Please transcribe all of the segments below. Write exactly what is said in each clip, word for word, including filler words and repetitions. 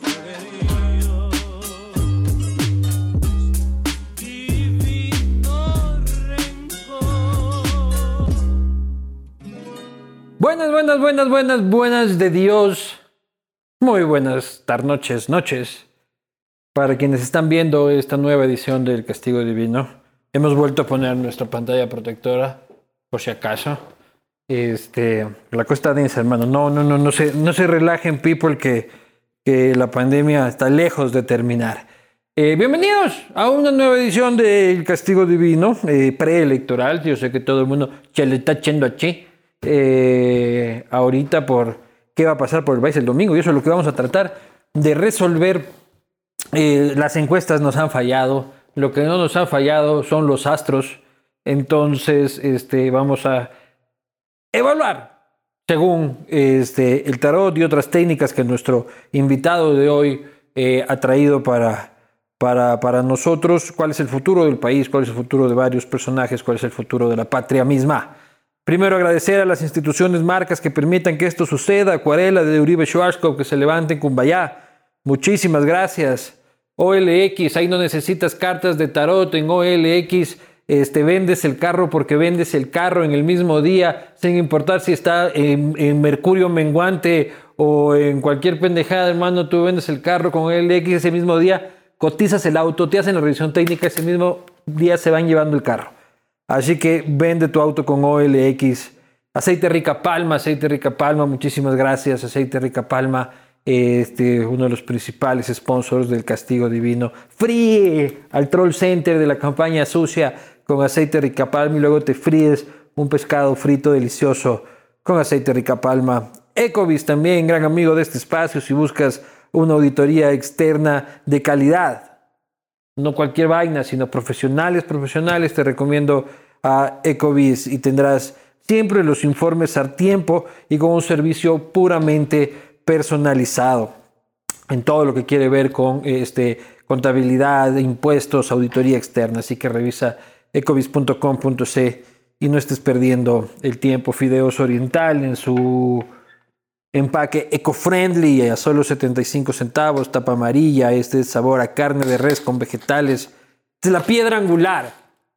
Buenas, buenas, buenas, buenas, buenas de Dios. Muy buenas tardes, noches, noches. Para quienes están viendo esta nueva edición del Castigo Divino, hemos vuelto a poner nuestra pantalla protectora, por si acaso. Este, la cosa está densa, hermano. No, no, no, no se, no se relajen, people, que, que la pandemia está lejos de terminar. Eh, bienvenidos a una nueva edición del Castigo Divino, eh, preelectoral. Yo sé que todo el mundo se le está echando a chi. Eh, ahorita por qué va a pasar por el país el domingo, y eso es lo que vamos a tratar de resolver. Eh, las encuestas nos han fallado, lo que no nos han fallado son los astros. Entonces este, vamos a evaluar según este, el tarot y otras técnicas que nuestro invitado de hoy eh, ha traído para, para, para nosotros, cuál es el futuro del país, cuál es el futuro de varios personajes, cuál es el futuro de la patria misma. Primero, agradecer a las instituciones, marcas que permitan que esto suceda. Acuarela de Uribe Schwarzkopf, que se levante en Cumbayá. Muchísimas gracias. O L X, ahí no necesitas cartas de tarot. En O L X este, vendes el carro porque vendes el carro en el mismo día, sin importar si está en, en mercurio menguante o en cualquier pendejada, hermano. Tú vendes el carro con O L X ese mismo día, cotizas el auto, te hacen la revisión técnica, ese mismo día se van llevando el carro. Así que vende tu auto con O L X. Aceite Rica Palma, Aceite Rica Palma, muchísimas gracias. Aceite Rica Palma, este, uno de los principales sponsors del Castigo Divino. Fríe al Troll Center de la campaña sucia con Aceite Rica Palma y luego te fríes un pescado frito delicioso con Aceite Rica Palma. Ecovis también, gran amigo de este espacio, si buscas una auditoría externa de calidad. No cualquier vaina, sino profesionales, profesionales. Te recomiendo a Ecovis y tendrás siempre los informes a tiempo y con un servicio puramente personalizado en todo lo que quiere ver con este, contabilidad, impuestos, auditoría externa. Así que revisa ecovis punto com punto ce y no estés perdiendo el tiempo. Fideos Oriental en su empaque eco-friendly a solo setenta y cinco centavos, tapa amarilla, este sabor a carne de res con vegetales. Es la piedra angular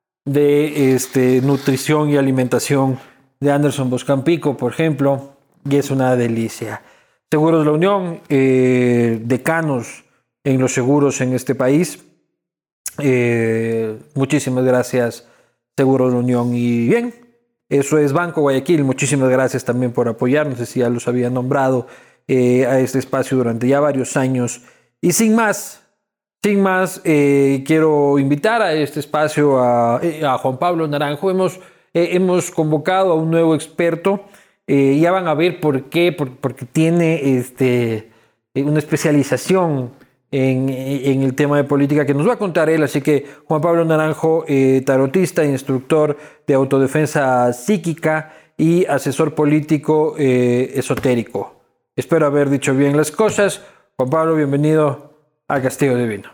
de este, nutrición y alimentación de Anderson Boscampico, por ejemplo, y es una delicia. Seguros La Unión, eh, decanos en los seguros en este país. Eh, muchísimas gracias, Seguros La Unión. Y bien, eso es Banco Guayaquil. Muchísimas gracias también por apoyar. No sé si ya los había nombrado eh, a este espacio durante ya varios años. Y sin más, sin más, eh, quiero invitar a este espacio a, a Juan Pablo Naranjo. Hemos, eh, hemos convocado a un nuevo experto. Eh, ya van a ver por qué, por, porque tiene este, una especialización en, en el tema de política que nos va a contar él. Así que Juan Pablo Naranjo, eh, tarotista, instructor de autodefensa psíquica y asesor político eh, esotérico. Espero haber dicho bien las cosas. Juan Pablo, bienvenido al Castigo Divino.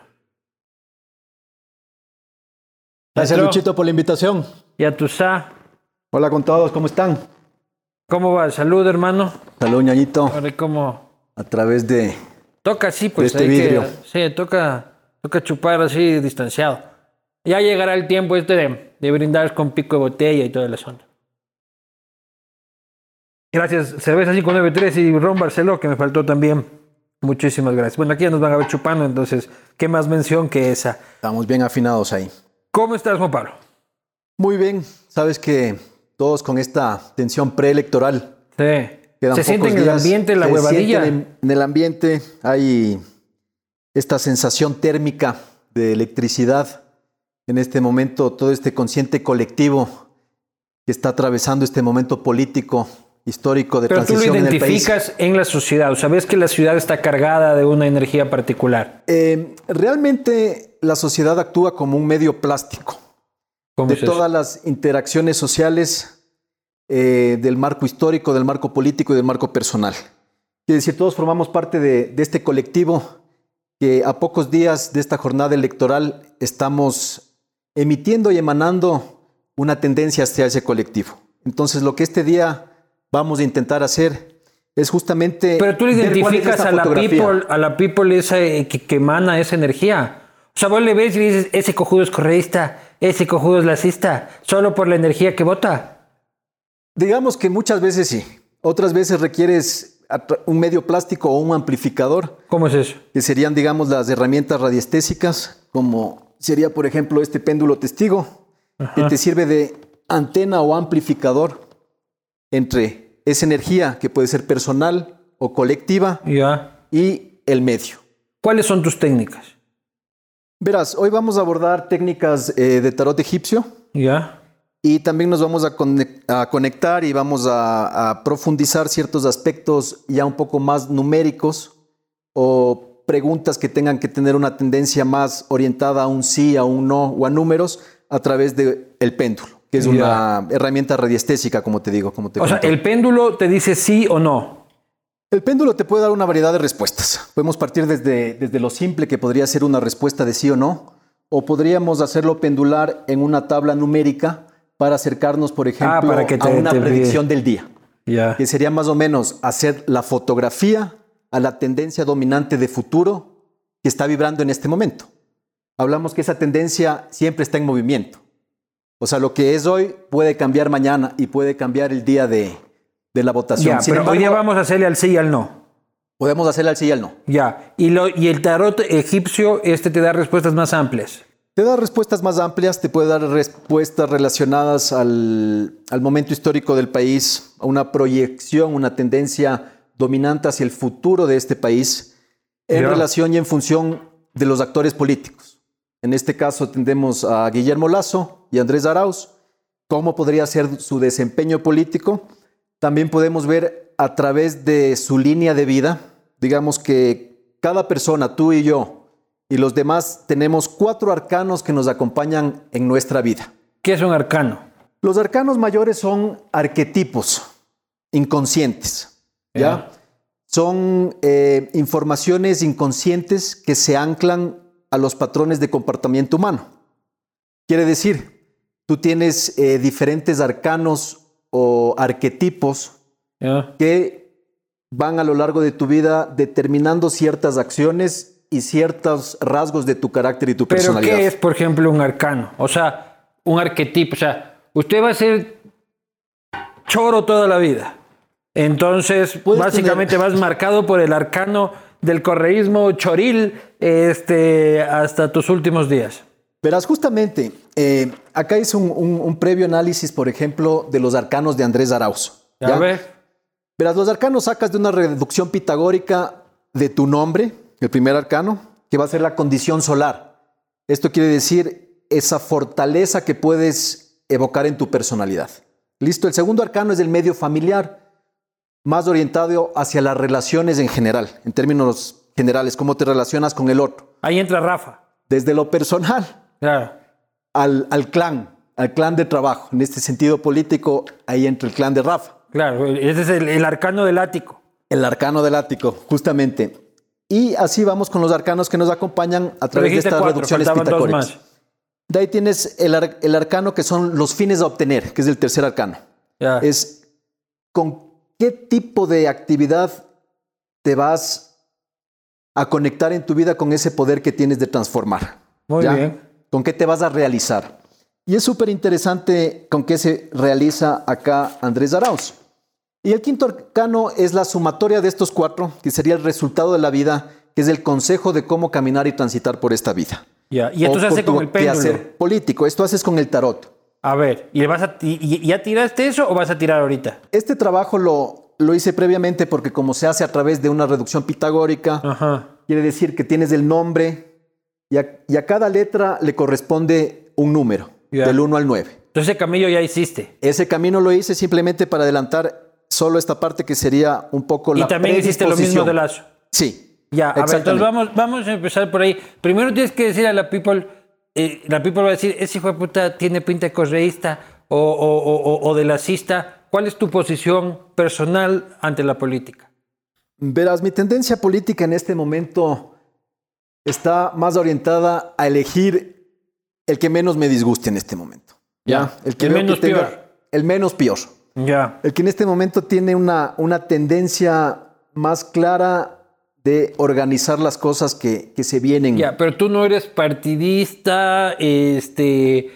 Gracias, Luchito, por la invitación. Y a tu sa. Hola con todos, ¿cómo están? ¿Cómo va? Salud, hermano. Salud, ñañito. A ver cómo. A través de. Toca así, pues. De este vidrio. Que, sí, toca, toca chupar así distanciado. Ya llegará el tiempo este de, de brindar con pico de botella y todo el asunto. Gracias. Cerveza cinco nueve tres y Ron Barceló, que me faltó también. Muchísimas gracias. Bueno, aquí ya nos van a ver chupando, entonces, ¿qué más mención que esa? Estamos bien afinados ahí. ¿Cómo estás, Juan Pablo? Muy bien. Sabes que todos con esta tensión preelectoral. Sí. Quedan se siente en el ambiente la huevadilla. En, en el ambiente hay esta sensación térmica de electricidad. En este momento, todo este consciente colectivo que está atravesando este momento político, histórico de Pero transición en el país. Pero tú lo identificas en la sociedad. O sea, ves que la ciudad está cargada de una energía particular. Eh, realmente la sociedad actúa como un medio plástico de todas las interacciones sociales, eh, del marco histórico, del marco político y del marco personal. Quiere decir, todos formamos parte de, de este colectivo que a pocos días de esta jornada electoral estamos emitiendo y emanando una tendencia hacia ese colectivo. Entonces, lo que este día vamos a intentar hacer Es justamente... Pero tú le identificas a la, people, a la people esa que, que emana esa energía. O sea, vos le ves y le dices, ese cojudo es correísta, ese cojudo es lacista, solo por la energía que bota. Digamos que muchas veces sí. Otras veces requieres un medio plástico o un amplificador. ¿Cómo es eso? Que serían, digamos, las herramientas radiestésicas, como sería, por ejemplo, este péndulo testigo, Ajá. que te sirve de antena o amplificador entre esa energía que puede ser personal o colectiva ya. y el medio. ¿Cuáles son tus técnicas? Verás, hoy vamos a abordar técnicas eh, de tarot egipcio. Ya. Y también nos vamos a, conect a conectar y vamos a, a profundizar ciertos aspectos ya un poco más numéricos o preguntas que tengan que tener una tendencia más orientada a un sí, a un no o a números a través del péndulo, que es yeah. una herramienta radiestésica, como te digo. Como te o contó. sea, el péndulo te dice sí o no. El péndulo te puede dar una variedad de respuestas. Podemos partir desde, desde lo simple, que podría ser una respuesta de sí o no, o podríamos hacerlo pendular en una tabla numérica para acercarnos, por ejemplo, ah, para que te, a una te predicción del día. Yeah. Que sería más o menos hacer la fotografía a la tendencia dominante de futuro que está vibrando en este momento. Hablamos que esa tendencia siempre está en movimiento. O sea, lo que es hoy puede cambiar mañana y puede cambiar el día de, de la votación. Ya, Sin pero embargo, hoy día vamos a hacerle al sí y al no. Podemos hacerle al sí y al no. Ya, y, lo, y el tarot egipcio este te da respuestas más amplias. Te da respuestas más amplias, te puede dar respuestas relacionadas al, al momento histórico del país, a una proyección, una tendencia dominante hacia el futuro de este país en yeah. relación y en función de los actores políticos. En este caso tendemos a Guillermo Lasso y Andrés Arauz, cómo podría ser su desempeño político. También podemos ver a través de su línea de vida, digamos que cada persona, tú y yo, y los demás tenemos cuatro arcanos que nos acompañan en nuestra vida. ¿Qué es un arcano? Los arcanos mayores son arquetipos inconscientes, ¿ya? Yeah. Son eh, informaciones inconscientes que se anclan a los patrones de comportamiento humano. Quiere decir, tú tienes eh, diferentes arcanos o arquetipos yeah. que van a lo largo de tu vida determinando ciertas acciones y ciertos rasgos de tu carácter y tu ¿Pero personalidad. qué es, por ejemplo, un arcano? O sea, un arquetipo. O sea, usted va a ser choro toda la vida. Entonces, básicamente tener... vas marcado por el arcano del correísmo choril este, hasta tus últimos días. Verás, justamente, eh, acá hice un, un, un previo análisis, por ejemplo, de los arcanos de Andrés Arauz. ¿Ya? A ver. Verás, los arcanos sacas de una reducción pitagórica de tu nombre, el primer arcano, que va a ser la condición solar. Esto quiere decir esa fortaleza que puedes evocar en tu personalidad. Listo, el segundo arcano es el medio familiar, más orientado hacia las relaciones en general, en términos generales, cómo te relacionas con el otro. Ahí entra Rafa. Desde lo personal claro. al, al clan, al clan de trabajo. En este sentido político, ahí entra el clan de Rafa. Claro, ese es el, el arcano del ático. El arcano del ático, justamente. Y así vamos con los arcanos que nos acompañan a través de estas cuatro, reducciones pitagóricas. De ahí tienes el, ar el arcano que son los fines a obtener, que es el tercer arcano. Yeah. Es con qué tipo de actividad te vas a conectar en tu vida con ese poder que tienes de transformar. Muy ¿ya? bien. ¿Con qué te vas a realizar? Y es súper interesante con qué se realiza acá Andrés Arauz. Y el quinto arcano es la sumatoria de estos cuatro, que sería el resultado de la vida, que es el consejo de cómo caminar y transitar por esta vida. Ya, y esto se hace con el péndulo. Hacer político, esto haces con el tarot. A ver, ¿y, vas a y ya tiraste eso o vas a tirar ahorita? Este trabajo lo, lo hice previamente porque como se hace a través de una reducción pitagórica, Ajá. quiere decir que tienes el nombre y a, y a cada letra le corresponde un número, ya. del uno al nueve. Entonces ese camino ya hiciste. Ese camino lo hice simplemente para adelantar solo esta parte que sería un poco la predisposición. Y también hiciste lo mismo de Lazo. Sí. Ya, a ver, entonces vamos, vamos a empezar por ahí. Primero tienes que decir a la people, eh, la people va a decir, ese hijo de puta tiene pinta de correísta o, o, o, o de lacista. ¿Cuál es tu posición personal ante la política? Verás, mi tendencia política en este momento está más orientada a elegir el que menos me disguste en este momento. Ya, el que el menos que tenga, peor. El menos peor. Ya. El que en este momento tiene una, una tendencia más clara de organizar las cosas que, que se vienen. Ya, pero tú no eres partidista, este,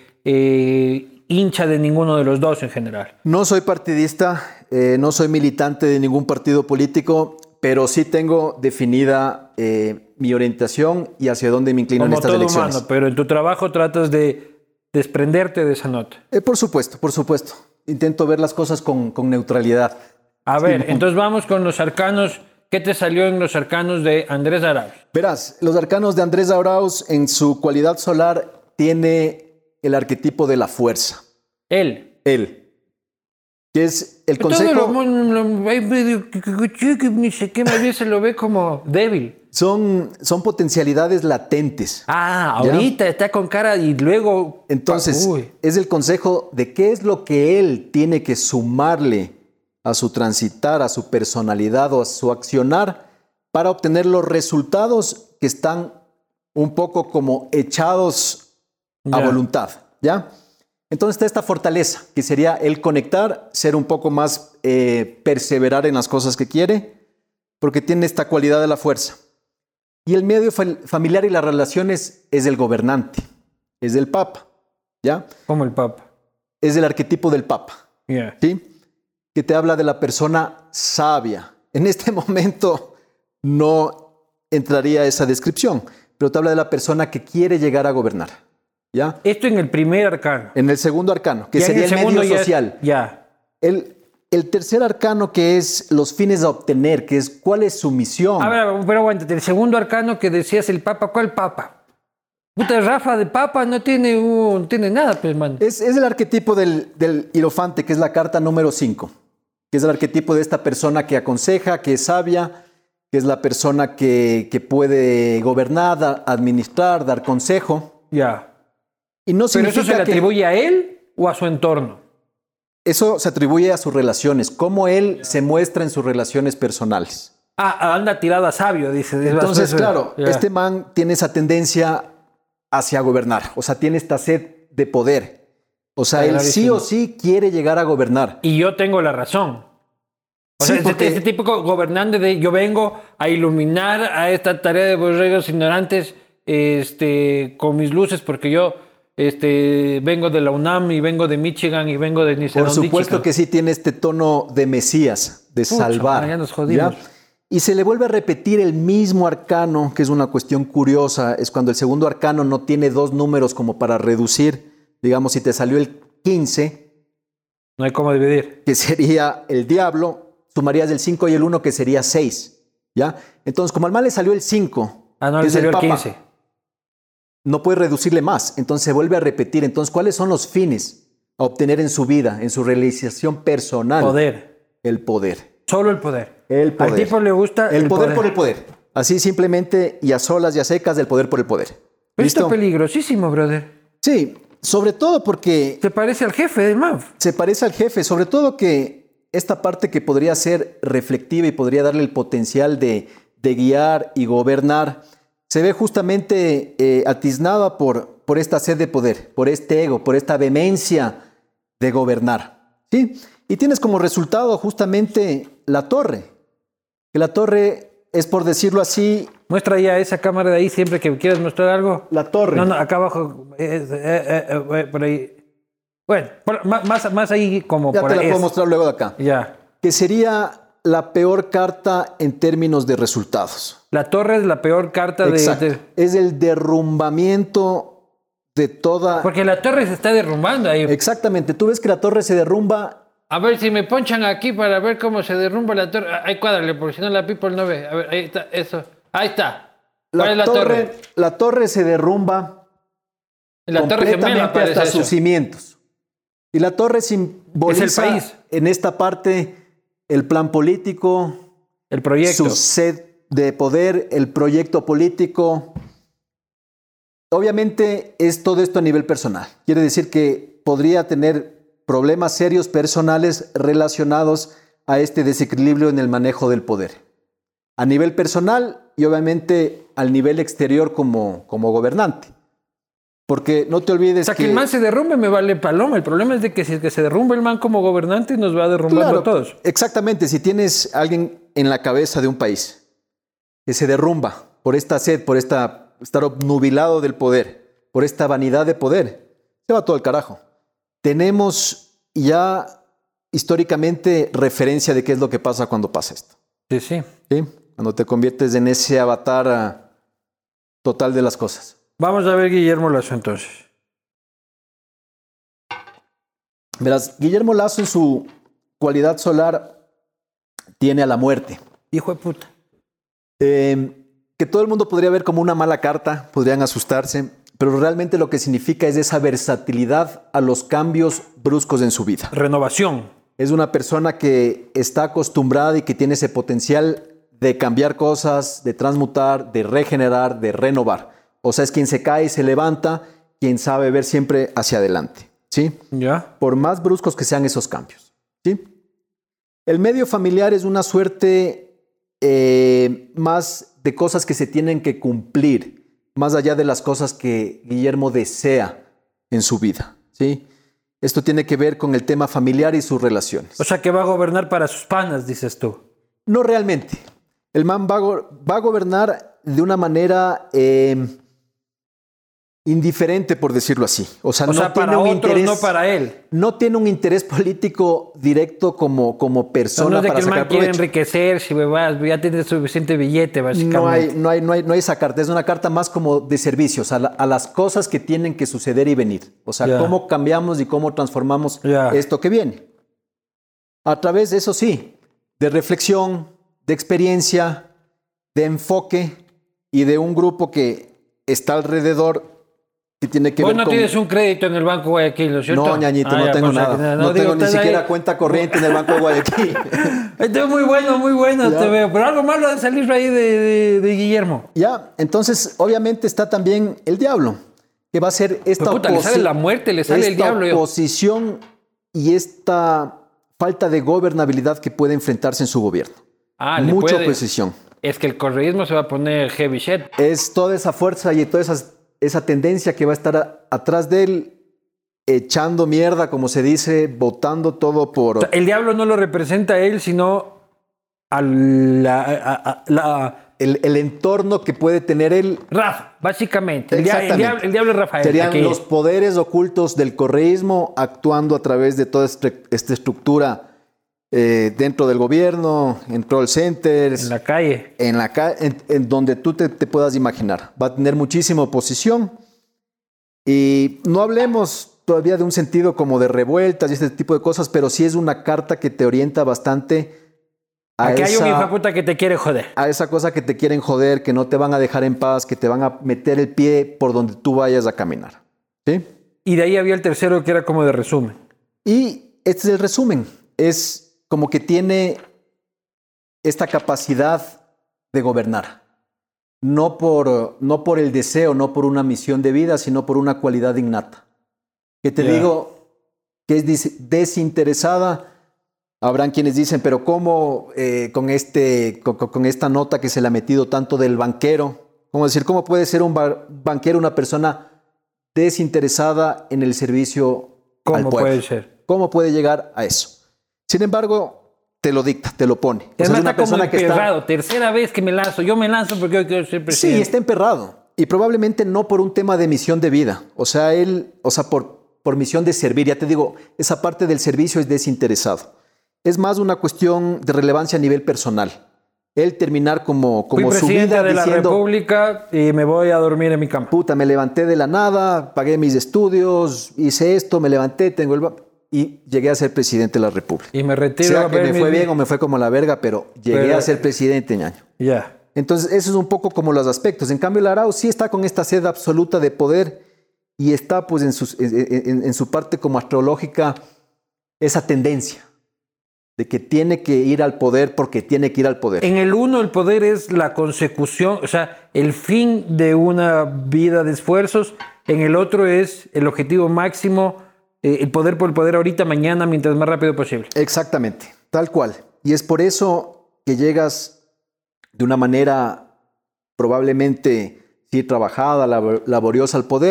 eh, hincha de ninguno de los dos en general. No soy partidista, eh, no soy militante de ningún partido político, pero sí tengo definida eh, mi orientación y hacia dónde me inclino Como en estas todo elecciones. humano, pero en tu trabajo tratas de desprenderte de esa nota. Eh, por supuesto, por supuesto. Intento ver las cosas con, con neutralidad. A ver, Sí, no. entonces vamos con los arcanos. ¿Qué te salió en los arcanos de Andrés Arauz? Verás, los arcanos de Andrés Arauz en su cualidad solar tiene el arquetipo de la fuerza. Él. Él. Que es el Todo consejo... lo, lo, hay medio que- que- que- que ni sé qué, más bien se lo ve como débil. Son, son potencialidades latentes. Ah, ¿Ya? ahorita está con cara y luego... Entonces, Uy. es el consejo de qué es lo que él tiene que sumarle a su transitar, a su personalidad o a su accionar para obtener los resultados que están un poco como echados a Ya. voluntad, ¿ya? Entonces está esta fortaleza, que sería el conectar, ser un poco más, eh, perseverar en las cosas que quiere, porque tiene esta cualidad de la fuerza. Y el medio fa- familiar y las relaciones es el gobernante, es el papa, ¿ya? Como el Papa. Es el arquetipo del papa, Ya. ¿sí? Que te habla de la persona sabia. En este momento no entraría esa descripción, pero te habla de la persona que quiere llegar a gobernar, ¿ya? Esto en el primer arcano. En el segundo arcano, que Ya en sería el, segundo medio ya es- social. Ya. El, el tercer arcano, que es los fines a obtener, que es cuál es su misión. A ver, pero aguántate. El segundo arcano que decías el Papa, ¿cuál Papa? Puta, Rafa de Papa no tiene, un, no tiene nada, pues, man. Es, es el arquetipo del, del hierofante, que es la carta número cinco, que es el arquetipo de esta persona que aconseja, que es sabia, que es la persona que, que puede gobernar, da- administrar, dar consejo. Ya. Y no ¿Pero eso significa se le que atribuye a él o a su entorno? eso se atribuye a sus relaciones, cómo él se muestra en sus relaciones personales. Ah, anda tirada a sabio, dice. Entonces, Eso- claro, ya. este man tiene esa tendencia hacia gobernar, o sea, tiene esta sed de poder. O sea, Está él sí clarísimo. o sí quiere llegar a gobernar. Y yo tengo la razón. O Sí, sea, este, porque- este típico gobernante de yo vengo a iluminar a esta tarea de borregos ignorantes este, con mis luces, porque yo este, vengo de la UNAM y vengo de Michigan y vengo de ni sé Por dónde, supuesto chica. que sí tiene este tono de Mesías, de Pucha, salvar. ya nos jodimos. Y se le vuelve a repetir el mismo arcano, que es una cuestión curiosa, es cuando el segundo arcano no tiene dos números como para reducir. Digamos, si te salió el quince, No hay cómo dividir. que sería el diablo, sumarías el cinco y el uno, que sería seis, ¿ya? Entonces, como al mal le salió el cinco, Ah, no, que le es el salió el Papa, quince. no puede reducirle más, entonces se vuelve a repetir. Entonces, ¿cuáles son los fines a obtener en su vida, en su realización personal? Poder. El poder. Solo el poder. El poder. Al tipo le gusta El, poder, por el poder. Así simplemente y a solas y a secas del poder por el poder. Pero está ¿Listo? peligrosísimo, brother. Sí, sobre todo porque Se parece al jefe del M A F. se parece al jefe, sobre todo que esta parte que podría ser reflectiva y podría darle el potencial de, de guiar y gobernar, se ve justamente eh, atiznada por, por esta sed de poder, por este ego, por esta vehemencia de gobernar. ¿Sí? Y tienes como resultado justamente la torre, que la torre es, por decirlo así, Muestra ya esa cámara de ahí siempre que quieras mostrar algo. la torre. No, no, acá abajo. eh, eh, eh, eh, eh, por ahí. Bueno, por- más, más, más ahí como Ya por te la ahí. puedo es. mostrar luego de acá. Ya. Que sería la peor carta en términos de resultados. La torre es la peor carta de, Exacto. de- Es el derrumbamiento de toda... Porque la torre se está derrumbando ahí. Exactamente. Tú ves que la torre se derrumba. A ver si me ponchan aquí para ver cómo se derrumba la torre. Ah, ahí cuádrale, porque si no la people no ve. A ver, ahí está, eso. Ahí está. ¿Cuál La, es la torre, torre? la torre se derrumba La torre gemela completamente parece hasta eso. sus cimientos. Y la torre simboliza Es el país. en esta parte el plan político, El proyecto. su sed de poder, el proyecto político. Obviamente es todo esto a nivel personal. Quiere decir que podría tener problemas serios personales relacionados a este desequilibrio en el manejo del poder. A nivel personal y obviamente al nivel exterior como, como gobernante. Porque no te olvides que... O sea, que, que el man se derrumbe me vale paloma. El problema es de que si es que se derrumba el man como gobernante nos va a derrumbar claro, a todos. Exactamente. Si tienes a alguien en la cabeza de un país que se derrumba por esta sed, por esta, estar obnubilado del poder, por esta vanidad de poder, se va todo el carajo. Tenemos ya históricamente referencia de qué es lo que pasa cuando pasa esto. Sí, sí. ¿Sí? Cuando te conviertes en ese avatar total de las cosas. Vamos a ver Guillermo Lasso entonces. Verás, Guillermo Lasso en su cualidad solar tiene a la muerte. Hijo de puta. Eh, que todo el mundo podría ver como una mala carta, podrían asustarse, pero realmente lo que significa es esa versatilidad a los cambios bruscos en su vida. Renovación. Es una persona que está acostumbrada y que tiene ese potencial de cambiar cosas, de transmutar, de regenerar, de renovar. O sea, es quien se cae y se levanta, quien sabe ver siempre hacia adelante, ¿sí? Ya. Por más bruscos que sean esos cambios, ¿sí? El medio familiar es una suerte eh, más de cosas que se tienen que cumplir, más allá de las cosas que Guillermo desea en su vida, ¿sí? Esto tiene que ver con el tema familiar y sus relaciones. O sea, que va a gobernar para sus panas, dices tú. No realmente. El man va a, go- va a gobernar de una manera eh, indiferente, por decirlo así. O sea, o no sea tiene para un otros, interés, no para él. No tiene un interés político directo como, como persona No, no es de para que el man sacar quiere provecho. enriquecerse, bebas, ya tiene suficiente billete, básicamente. No hay, no, hay, no, hay, no hay esa carta. Es una carta más como de servicios a, la, a las cosas que tienen que suceder y venir. O sea, Ya. cómo cambiamos y cómo transformamos Ya. esto que viene. A través de eso sí, de reflexión, de experiencia, de enfoque y de un grupo que está alrededor que tiene que Vos ver no con... tienes un crédito en el Banco Guayaquil, ¿no es cierto? No, ñañito, Ah, no ya, tengo por si nada. acaso. No, tengo digo, ni estás siquiera ahí. cuenta corriente en el Banco de Guayaquil. Este es muy bueno, muy bueno, Ya. te veo. Pero algo malo de salir ahí de, de, de Guillermo. Ya, entonces obviamente está también el diablo, que va a ser esta Pero puta, le sale la muerte, le sale el esta diablo. yo. oposición y esta falta de gobernabilidad que puede enfrentarse en su gobierno. Ah, le Mucha puede. oposición. Es que el correísmo se va a poner heavy shit. Es toda esa fuerza y toda esa, esa tendencia que va a estar a- atrás de él, echando mierda, como se dice, votando todo por... O sea, el diablo no lo representa a él, sino a la, a- a- la el, el entorno que puede tener él. Rafa, básicamente. El, dia- el Exactamente. diablo, el diablo es Rafael. Serían aquí. los poderes ocultos del correísmo actuando a través de toda este- esta estructura eh, dentro del gobierno, en troll centers, En la calle. en, la ca- en, en donde tú te, te puedas imaginar. Va a tener muchísima oposición y no hablemos todavía de un sentido como de revueltas y este tipo de cosas, pero sí es una carta que te orienta bastante a Aquí hay un hijo de esa, puta que te quiere joder. a esa cosa que te quieren joder, que no te van a dejar en paz, que te van a meter el pie por donde tú vayas a caminar. ¿Sí? Y de ahí había el tercero que era como de resumen. Y este es el resumen. Es como que tiene esta capacidad de gobernar. No por, no por el deseo, no por una misión de vida, sino por una cualidad innata. Que te Ya. digo que es dis- desinteresada. Habrán quienes dicen, pero ¿cómo eh, con, este, con, con esta nota que se le ha metido tanto del banquero? ¿Cómo decir, cómo puede ser un ba- banquero una persona desinteresada en el servicio al ¿Cómo pueblo? puede ser? ¿Cómo puede llegar a eso? Sin embargo, te lo dicta, te lo pone. O sea, Es es más, una está como persona que está... emperrado. Tercera vez que me lanzo. Yo me lanzo porque yo quiero ser Sí, presidente. está emperrado. Y probablemente no por un tema de misión de vida. O sea, él, o sea, por, por misión de servir. Ya te digo, esa parte del servicio es desinteresado. Es más una cuestión de relevancia a nivel personal. Él terminar como, como Fui su presidente vida de la diciendo, República y me voy a dormir en mi campo. puta, me levanté de la nada, pagué mis estudios, hice esto, me levanté, tengo el... ba- y llegué a ser presidente de la República. Y me retiro Sea a que ver me mi- fue bien o me fue como la verga, pero llegué Pero- a ser presidente, ñaño. Ya. Entonces, eso es un poco como los aspectos. En cambio, el Arau sí está con esta sed absoluta de poder y está pues en, sus- en- en- en su parte como astrológica esa tendencia de que tiene que ir al poder porque tiene que ir al poder. En el uno, el poder es la consecución, o sea, el fin de una vida de esfuerzos. En el otro es el objetivo máximo, eh, el poder por el poder ahorita, mañana, mientras más rápido posible. Exactamente, tal cual. Y es por eso que llegas de una manera probablemente sí trabajada, labo- laboriosa al poder,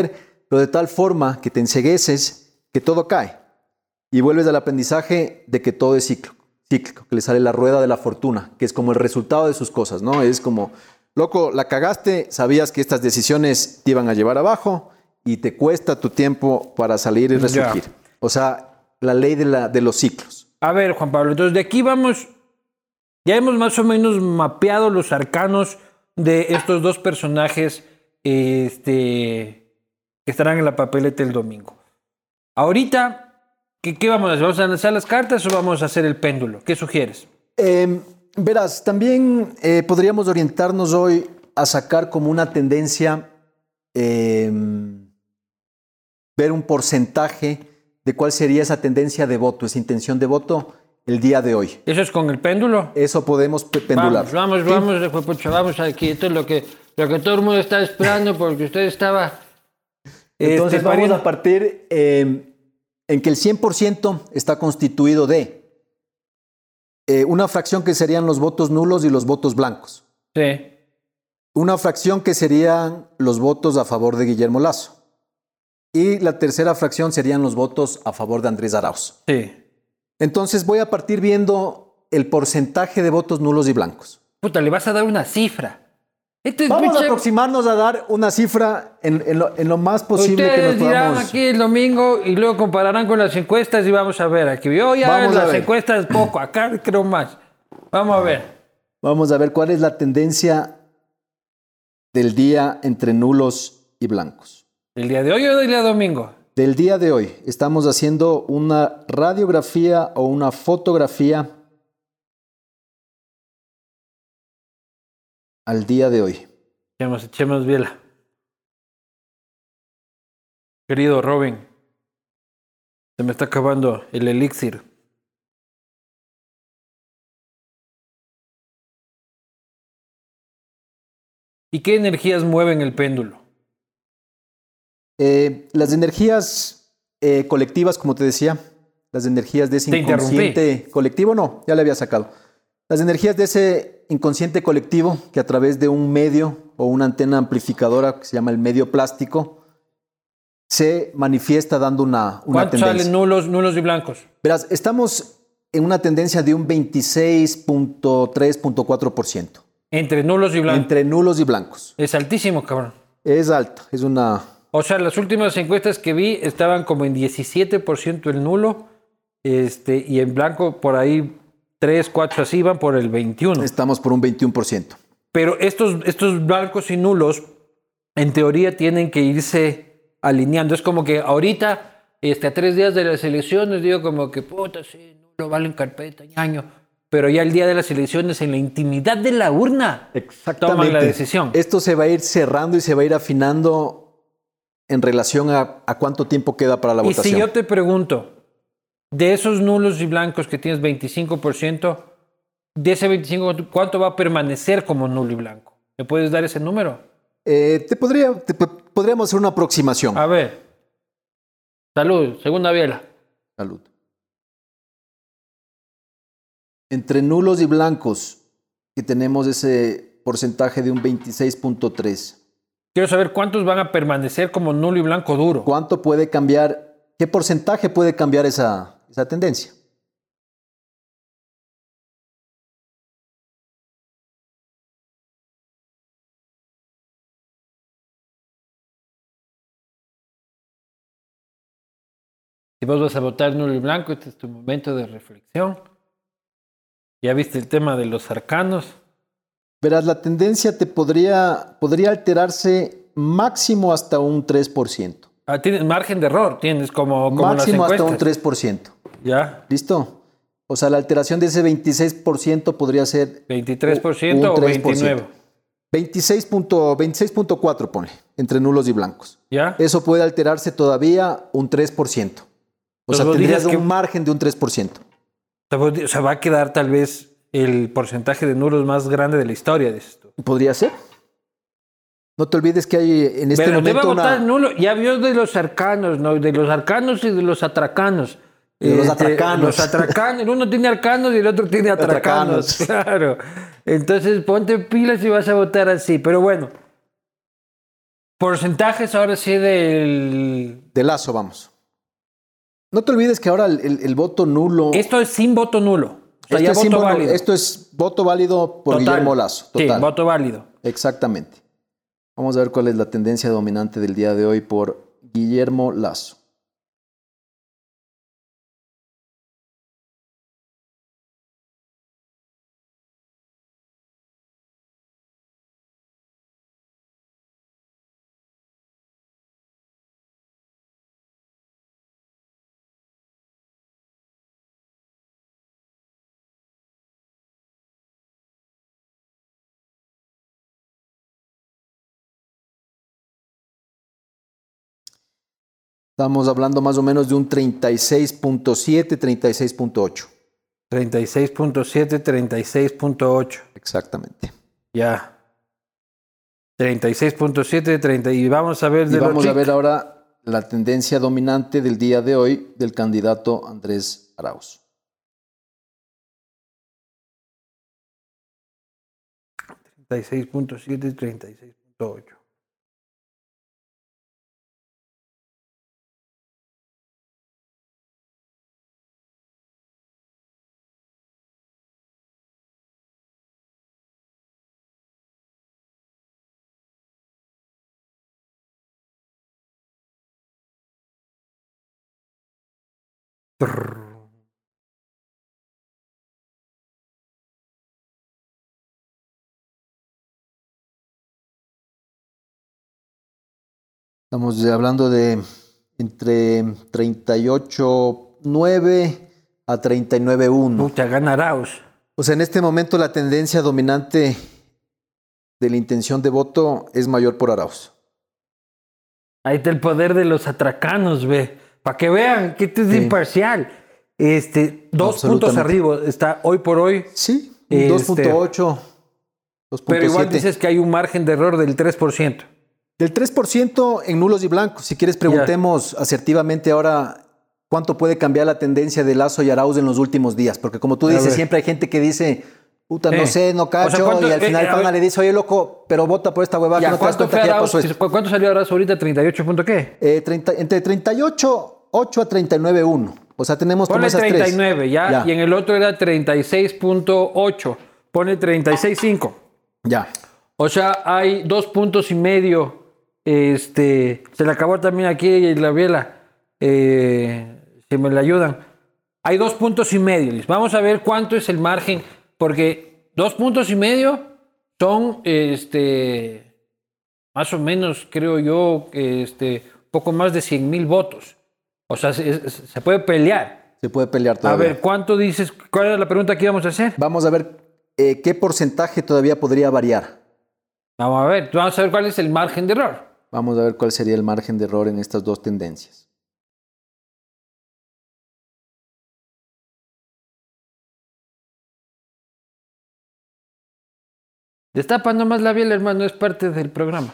pero de tal forma que te encegueces que todo cae y vuelves al aprendizaje de que todo es cíclico, cíclico, que le sale la rueda de la fortuna, que es como el resultado de sus cosas, ¿no? Es como, loco, la cagaste, sabías que estas decisiones te iban a llevar abajo y te cuesta tu tiempo para salir y resurgir. Ya. O sea, la ley de, la, de los ciclos. A ver, Juan Pablo, entonces de aquí vamos, ya hemos más o menos mapeado los arcanos de estos dos personajes este, que estarán en la papeleta el domingo. Ahorita, ¿qué, qué vamos a hacer? ¿Vamos a lanzar las cartas o vamos a hacer el péndulo? ¿Qué sugieres? Eh, verás, también eh, podríamos orientarnos hoy a sacar como una tendencia, eh, ver un porcentaje de cuál sería esa tendencia de voto, esa intención de voto el día de hoy. ¿Eso es con el péndulo? Eso podemos pendular. Vamos, vamos, ¿sí? vamos, vamos aquí. Esto es lo que, lo que todo el mundo está esperando porque usted estaba... Entonces este, vamos pariendo. a partir eh, en que el cien por ciento está constituido de eh, una fracción que serían los votos nulos y los votos blancos. Sí. Una fracción que serían los votos a favor de Guillermo Lasso. Y la tercera fracción serían los votos a favor de Andrés Arauz. Sí. Entonces voy a partir viendo el porcentaje de votos nulos y blancos. Puta, le vas a dar una cifra. Esto es Vamos mucha... a aproximarnos a dar una cifra en, en, lo, en lo más posible Ustedes que nos podamos... dirán aquí el domingo y luego compararán con las encuestas y vamos a ver. Aquí yo ya vamos las encuestas poco, acá creo más. Vamos a ver. Vamos a ver cuál es la tendencia del día entre nulos y blancos. ¿El día de hoy o del día domingo? Del día de hoy. Estamos haciendo una radiografía o una fotografía al día de hoy. Echemos, echemos biela. Querido Robin, se me está acabando el elixir. ¿Y qué energías mueven el péndulo? Eh, las energías eh, colectivas, como te decía, las energías de ese inconsciente colectivo, no, ya le había sacado. Las energías de ese inconsciente colectivo que a través de un medio o una antena amplificadora que se llama el medio plástico se manifiesta dando una, una tendencia. ¿Cuántos salen nulos, nulos y blancos? Verás, estamos en una tendencia de un veintiséis punto tres, cuatro por ciento. Entre nulos y blancos. Entre nulos y blancos. Es altísimo, cabrón. Es alto, es una... O sea, las últimas encuestas que vi estaban como en diecisiete por ciento el nulo este, y en blanco por ahí tres, cuatro así van por el veintiuno. Estamos por un veintiuno por ciento. Pero estos, estos blancos y nulos en teoría tienen que irse alineando. Es como que ahorita, este, a tres días de las elecciones, digo como que puta, sí, nulo, valen carpeta, ñaño. Pero ya el día de las elecciones, en la intimidad de la urna, toman la decisión. Esto se va a ir cerrando y se va a ir afinando en relación a, a cuánto tiempo queda para la y votación. Y si yo te pregunto, de esos nulos y blancos que tienes veinticinco por ciento, de ese veinticinco por ciento, ¿cuánto va a permanecer como nulo y blanco? ¿Me puedes dar ese número? Eh, te podría, te, podríamos hacer una aproximación. A ver. Salud, segunda biela. Salud. Entre nulos y blancos, que tenemos ese porcentaje de un veintiséis punto tres. Quiero saber cuántos van a permanecer como nulo y blanco duro. ¿Cuánto puede cambiar? ¿Qué porcentaje puede cambiar esa, esa tendencia? Si vos vas a votar nulo y blanco, este es tu momento de reflexión. Ya viste el tema de los arcanos. Verás, la tendencia te podría, podría alterarse máximo hasta un tres por ciento. Ah, tienes margen de error, tienes como, como máximo las hasta un tres por ciento. ¿Ya? ¿Listo? O sea, la alteración de ese veintiséis por ciento podría ser... ¿veintitrés por ciento o veintinueve por ciento? veintiséis punto cuatro, ponle, entre nulos y blancos. ¿Ya? Eso puede alterarse todavía un tres por ciento. O sea, tendrías un que... margen de un tres por ciento. O sea, va a quedar tal vez el porcentaje de nulos más grande de la historia, dices tú. Podría ser. No te olvides que hay en este Pero momento te va a votar una... nulo. Ya vio de los arcanos, ¿no? De los arcanos y de los atracanos. De los atracanos. Los atracanos. El uno tiene arcanos y el otro tiene atracanos. atracanos. Claro. Entonces ponte pilas y vas a votar así. Pero bueno, Porcentajes ahora sí del... De Lasso, vamos. No te olvides que ahora el, el, el voto nulo... Esto es sin voto nulo. O sea, esto, ya es voto símbolo, válido. Esto es voto válido por Total. Guillermo Lasso. Total. Sí, voto válido. Exactamente. Vamos a ver cuál es la tendencia dominante del día de hoy por Guillermo Lasso. Estamos hablando más o menos de un treinta y seis punto siete, treinta y seis punto ocho. treinta y seis punto siete, treinta y seis punto ocho. Exactamente. Ya. treinta y seis punto siete, treinta y vamos a ver y de vamos lo a ver ahora la tendencia dominante del día de hoy del candidato Andrés Arauz. treinta y seis punto siete, treinta y seis punto ocho. Estamos hablando de entre treinta y ocho punto nueve a treinta y nueve punto uno. Pucha, gana Arauz. O sea, en este momento la tendencia dominante de la intención de voto es mayor por Arauz. Ahí está el poder de los atracanos, ve. Para que vean que esto es sí. imparcial. Este, dos puntos arriba está hoy por hoy. Sí, este, dos punto ocho. Pero igual dices que hay un margen de error del tres por ciento. Del tres por ciento en nulos y blancos. Si quieres, preguntemos yeah. asertivamente ahora cuánto puede cambiar la tendencia de Lasso y Arauz en los últimos días. Porque como tú dices, siempre hay gente que dice, puta, no eh. sé, no cacho. O sea, y al final eh, Pana le dice, oye, loco, pero vota por esta huevada. Ya, que no ¿cuánto, te das Arauz, que ya ¿Cuánto salió Arauz ahorita? ¿treinta y ocho punto qué? Eh, treinta, entre treinta y ocho punto ocho a treinta y nueve punto uno. O sea, tenemos Ponle como esas treinta y nueve, tres. ¿ya? ya. Y en el otro era treinta y seis punto ocho. Pone treinta y seis punto cinco. Ya. O sea, hay dos puntos y medio. Este, se le acabó también aquí la biela. Eh, si me la ayudan. Hay dos puntos y medio. Vamos a ver cuánto es el margen. Porque dos puntos y medio son, este, más o menos, creo yo, este, poco más de cien mil votos. O sea, se, se puede pelear. Se puede pelear todavía. A ver, ¿cuánto dices? ¿Cuál era la pregunta que íbamos a hacer? Vamos a ver eh, qué porcentaje todavía podría variar. Vamos a ver, vamos a ver cuál es el margen de error. Vamos a ver cuál sería el margen de error en estas dos tendencias. Destapa nomás la biela, hermano, es parte del programa.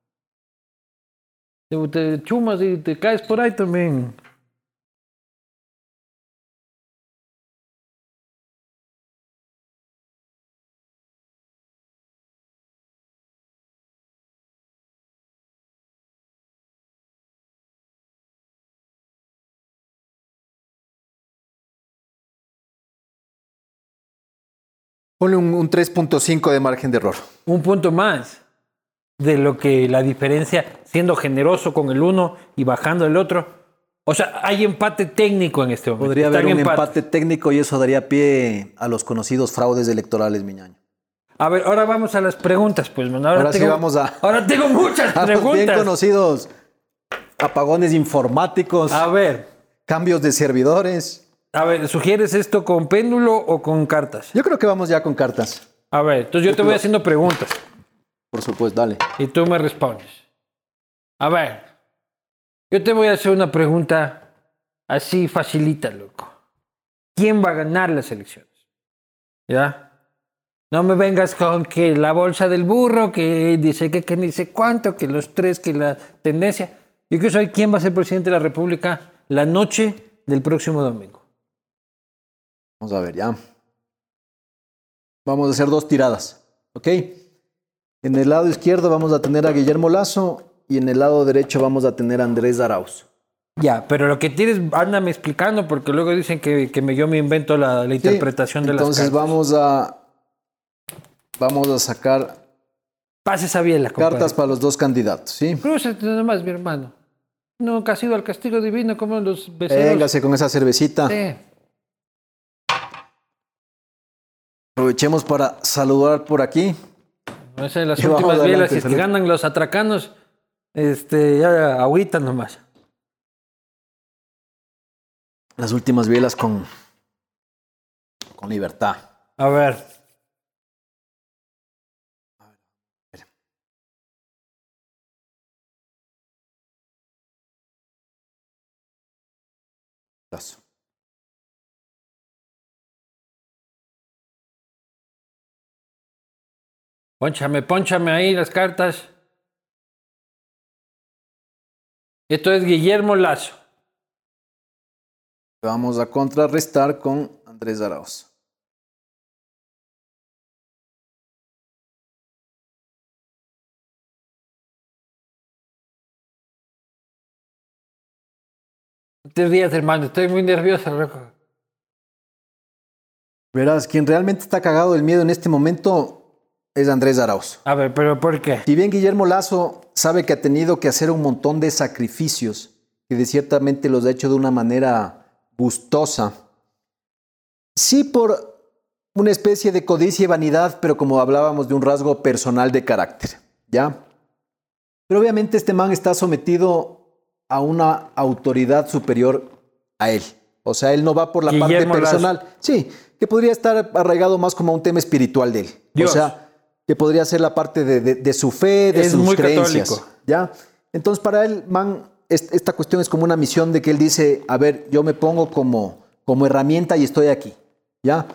Te, te chumas y te caes por ahí también. Ponle un, un tres punto cinco de margen de error. Un punto más de lo que la diferencia, siendo generoso con el uno y bajando el otro. O sea, hay empate técnico en este momento. Podría haber un empate. empate técnico y eso daría pie a los conocidos fraudes electorales, Miñaño. A ver, ahora vamos a las preguntas, pues. Ahora, ahora tengo, sí vamos a... Ahora tengo muchas a preguntas. Los bien conocidos apagones informáticos. A ver. Cambios de servidores. A ver, ¿sugieres esto con péndulo o con cartas? Yo creo que vamos ya con cartas. A ver, entonces yo te voy haciendo preguntas. Por supuesto, dale. Y tú me respondes. A ver, yo te voy a hacer una pregunta así facilita, loco. ¿Quién va a ganar las elecciones? ¿Ya? No me vengas con que la bolsa del burro, que dice que, que ni sé cuánto, que los tres, que la tendencia. Yo quiero saber quién va a ser presidente de la República la noche del próximo domingo. Vamos a ver, ya. Vamos a hacer dos tiradas, ¿ok? En el lado izquierdo vamos a tener a Guillermo Lasso y en el lado derecho vamos a tener a Andrés Arauz. Ya, pero lo que tienes, ándame explicando, porque luego dicen que, que me, yo me invento la, la interpretación sí, de las cartas. Entonces vamos a, vamos a sacar Pase esa biela, compadre. Cartas para los dos candidatos, ¿sí? Crúcete nomás, mi hermano. Nunca has ido al castigo divino como los becerros. Véngase con esa cervecita. Sí. Aprovechemos para saludar por aquí. No sé, las últimas bielas, si es que ganan los atracanos, este, ya agüita nomás. Las últimas bielas con, con libertad. A ver. Paso. Pónchame, pónchame ahí las cartas. Esto es Guillermo Lasso. Vamos a contrarrestar con Andrés Arauz. No te rías, hermano, estoy muy nervioso, loco. Verás, quien realmente está cagado del miedo en este momento es Andrés Arauz. A ver, ¿pero por qué? Si bien Guillermo Lasso sabe que ha tenido que hacer un montón de sacrificios, que de ciertamente los ha hecho de una manera gustosa, sí por una especie de codicia y vanidad, pero como hablábamos de un rasgo personal de carácter, ¿ya? Pero obviamente este man está sometido a una autoridad superior a él. O sea, él no va por la Guillermo parte personal. Lasso. Sí, que podría estar arraigado más como a un tema espiritual de él. Dios. O sea, que podría ser la parte de, de, de su fe, de es sus muy creencias. Católico. ¿Ya? Entonces, para él, man, esta cuestión es como una misión de que él dice, a ver, yo me pongo como, como herramienta y estoy aquí. ¿Ya?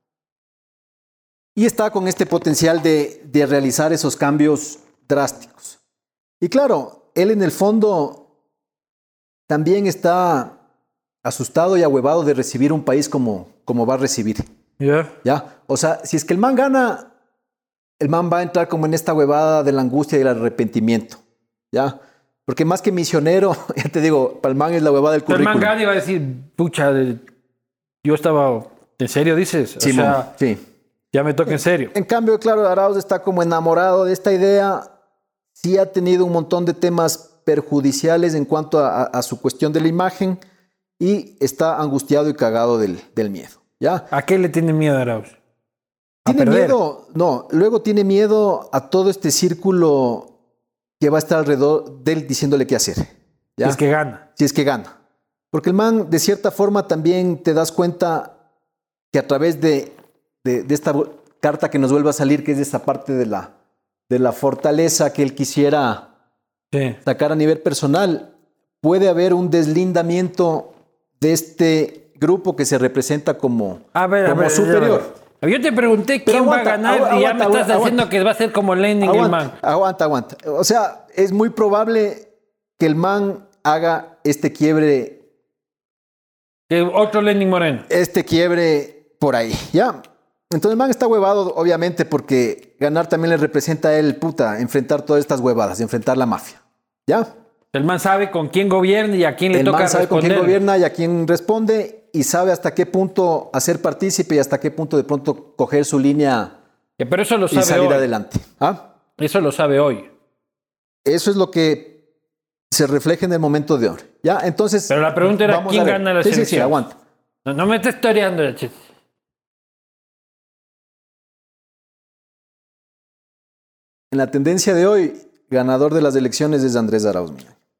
Y está con este potencial de, de realizar esos cambios drásticos. Y claro, él en el fondo también está asustado y ahuevado de recibir un país como, como va a recibir. Yeah. ¿Ya? O sea, si es que el man gana, el man va a entrar como en esta huevada de la angustia y del arrepentimiento. ¿Ya? Porque más que misionero, ya te digo, para el man es la huevada del currículum. El man gana y va a decir, pucha, yo estaba... ¿En serio dices? O sí, sea, man, sí. Ya me toca en serio. En cambio, claro, Arauz está como enamorado de esta idea. Sí ha tenido un montón de temas perjudiciales en cuanto a, a, a su cuestión de la imagen y está angustiado y cagado del, del miedo. ¿Ya? ¿A qué le tiene miedo Arauz? ¿Tiene miedo? No, luego tiene miedo a todo este círculo que va a estar alrededor de él diciéndole qué hacer. ¿Ya? Si es que gana. Si es que gana. Porque el man, de cierta forma, también te das cuenta que a través de, de, de esta carta que nos vuelve a salir, que es esa parte de la, de la fortaleza que él quisiera sí. sacar a nivel personal, puede haber un deslindamiento de este grupo que se representa como, a ver, como a ver, superior. A ver, yo te pregunté quién aguanta, va a ganar aguanta, y ya me estás aguanta, diciendo aguanta. que va a ser como Lenin aguanta, el man. Aguanta, aguanta. O sea, es muy probable que el man haga este quiebre. Que otro Lenin Moreno. Este quiebre por ahí, ¿ya? Entonces el man está huevado, obviamente, porque ganar también le representa a él, puta, enfrentar todas estas huevadas, enfrentar la mafia, ¿ya? El man sabe con quién gobierna y a quién le el toca man sabe responder. con quién gobierna y a quién responde y sabe hasta qué punto hacer partícipe y hasta qué punto de pronto coger su línea que, pero eso lo sabe y salir hoy. adelante. ¿Ah? Eso lo sabe hoy. Eso es lo que se refleja en el momento de hoy. ¿Ya? Entonces, pero la pregunta era quién gana la sí, selección. Sí, sí, aguanta. No, no me estés toreando, chiste. En la tendencia de hoy, ganador de las elecciones es Andrés Arauz.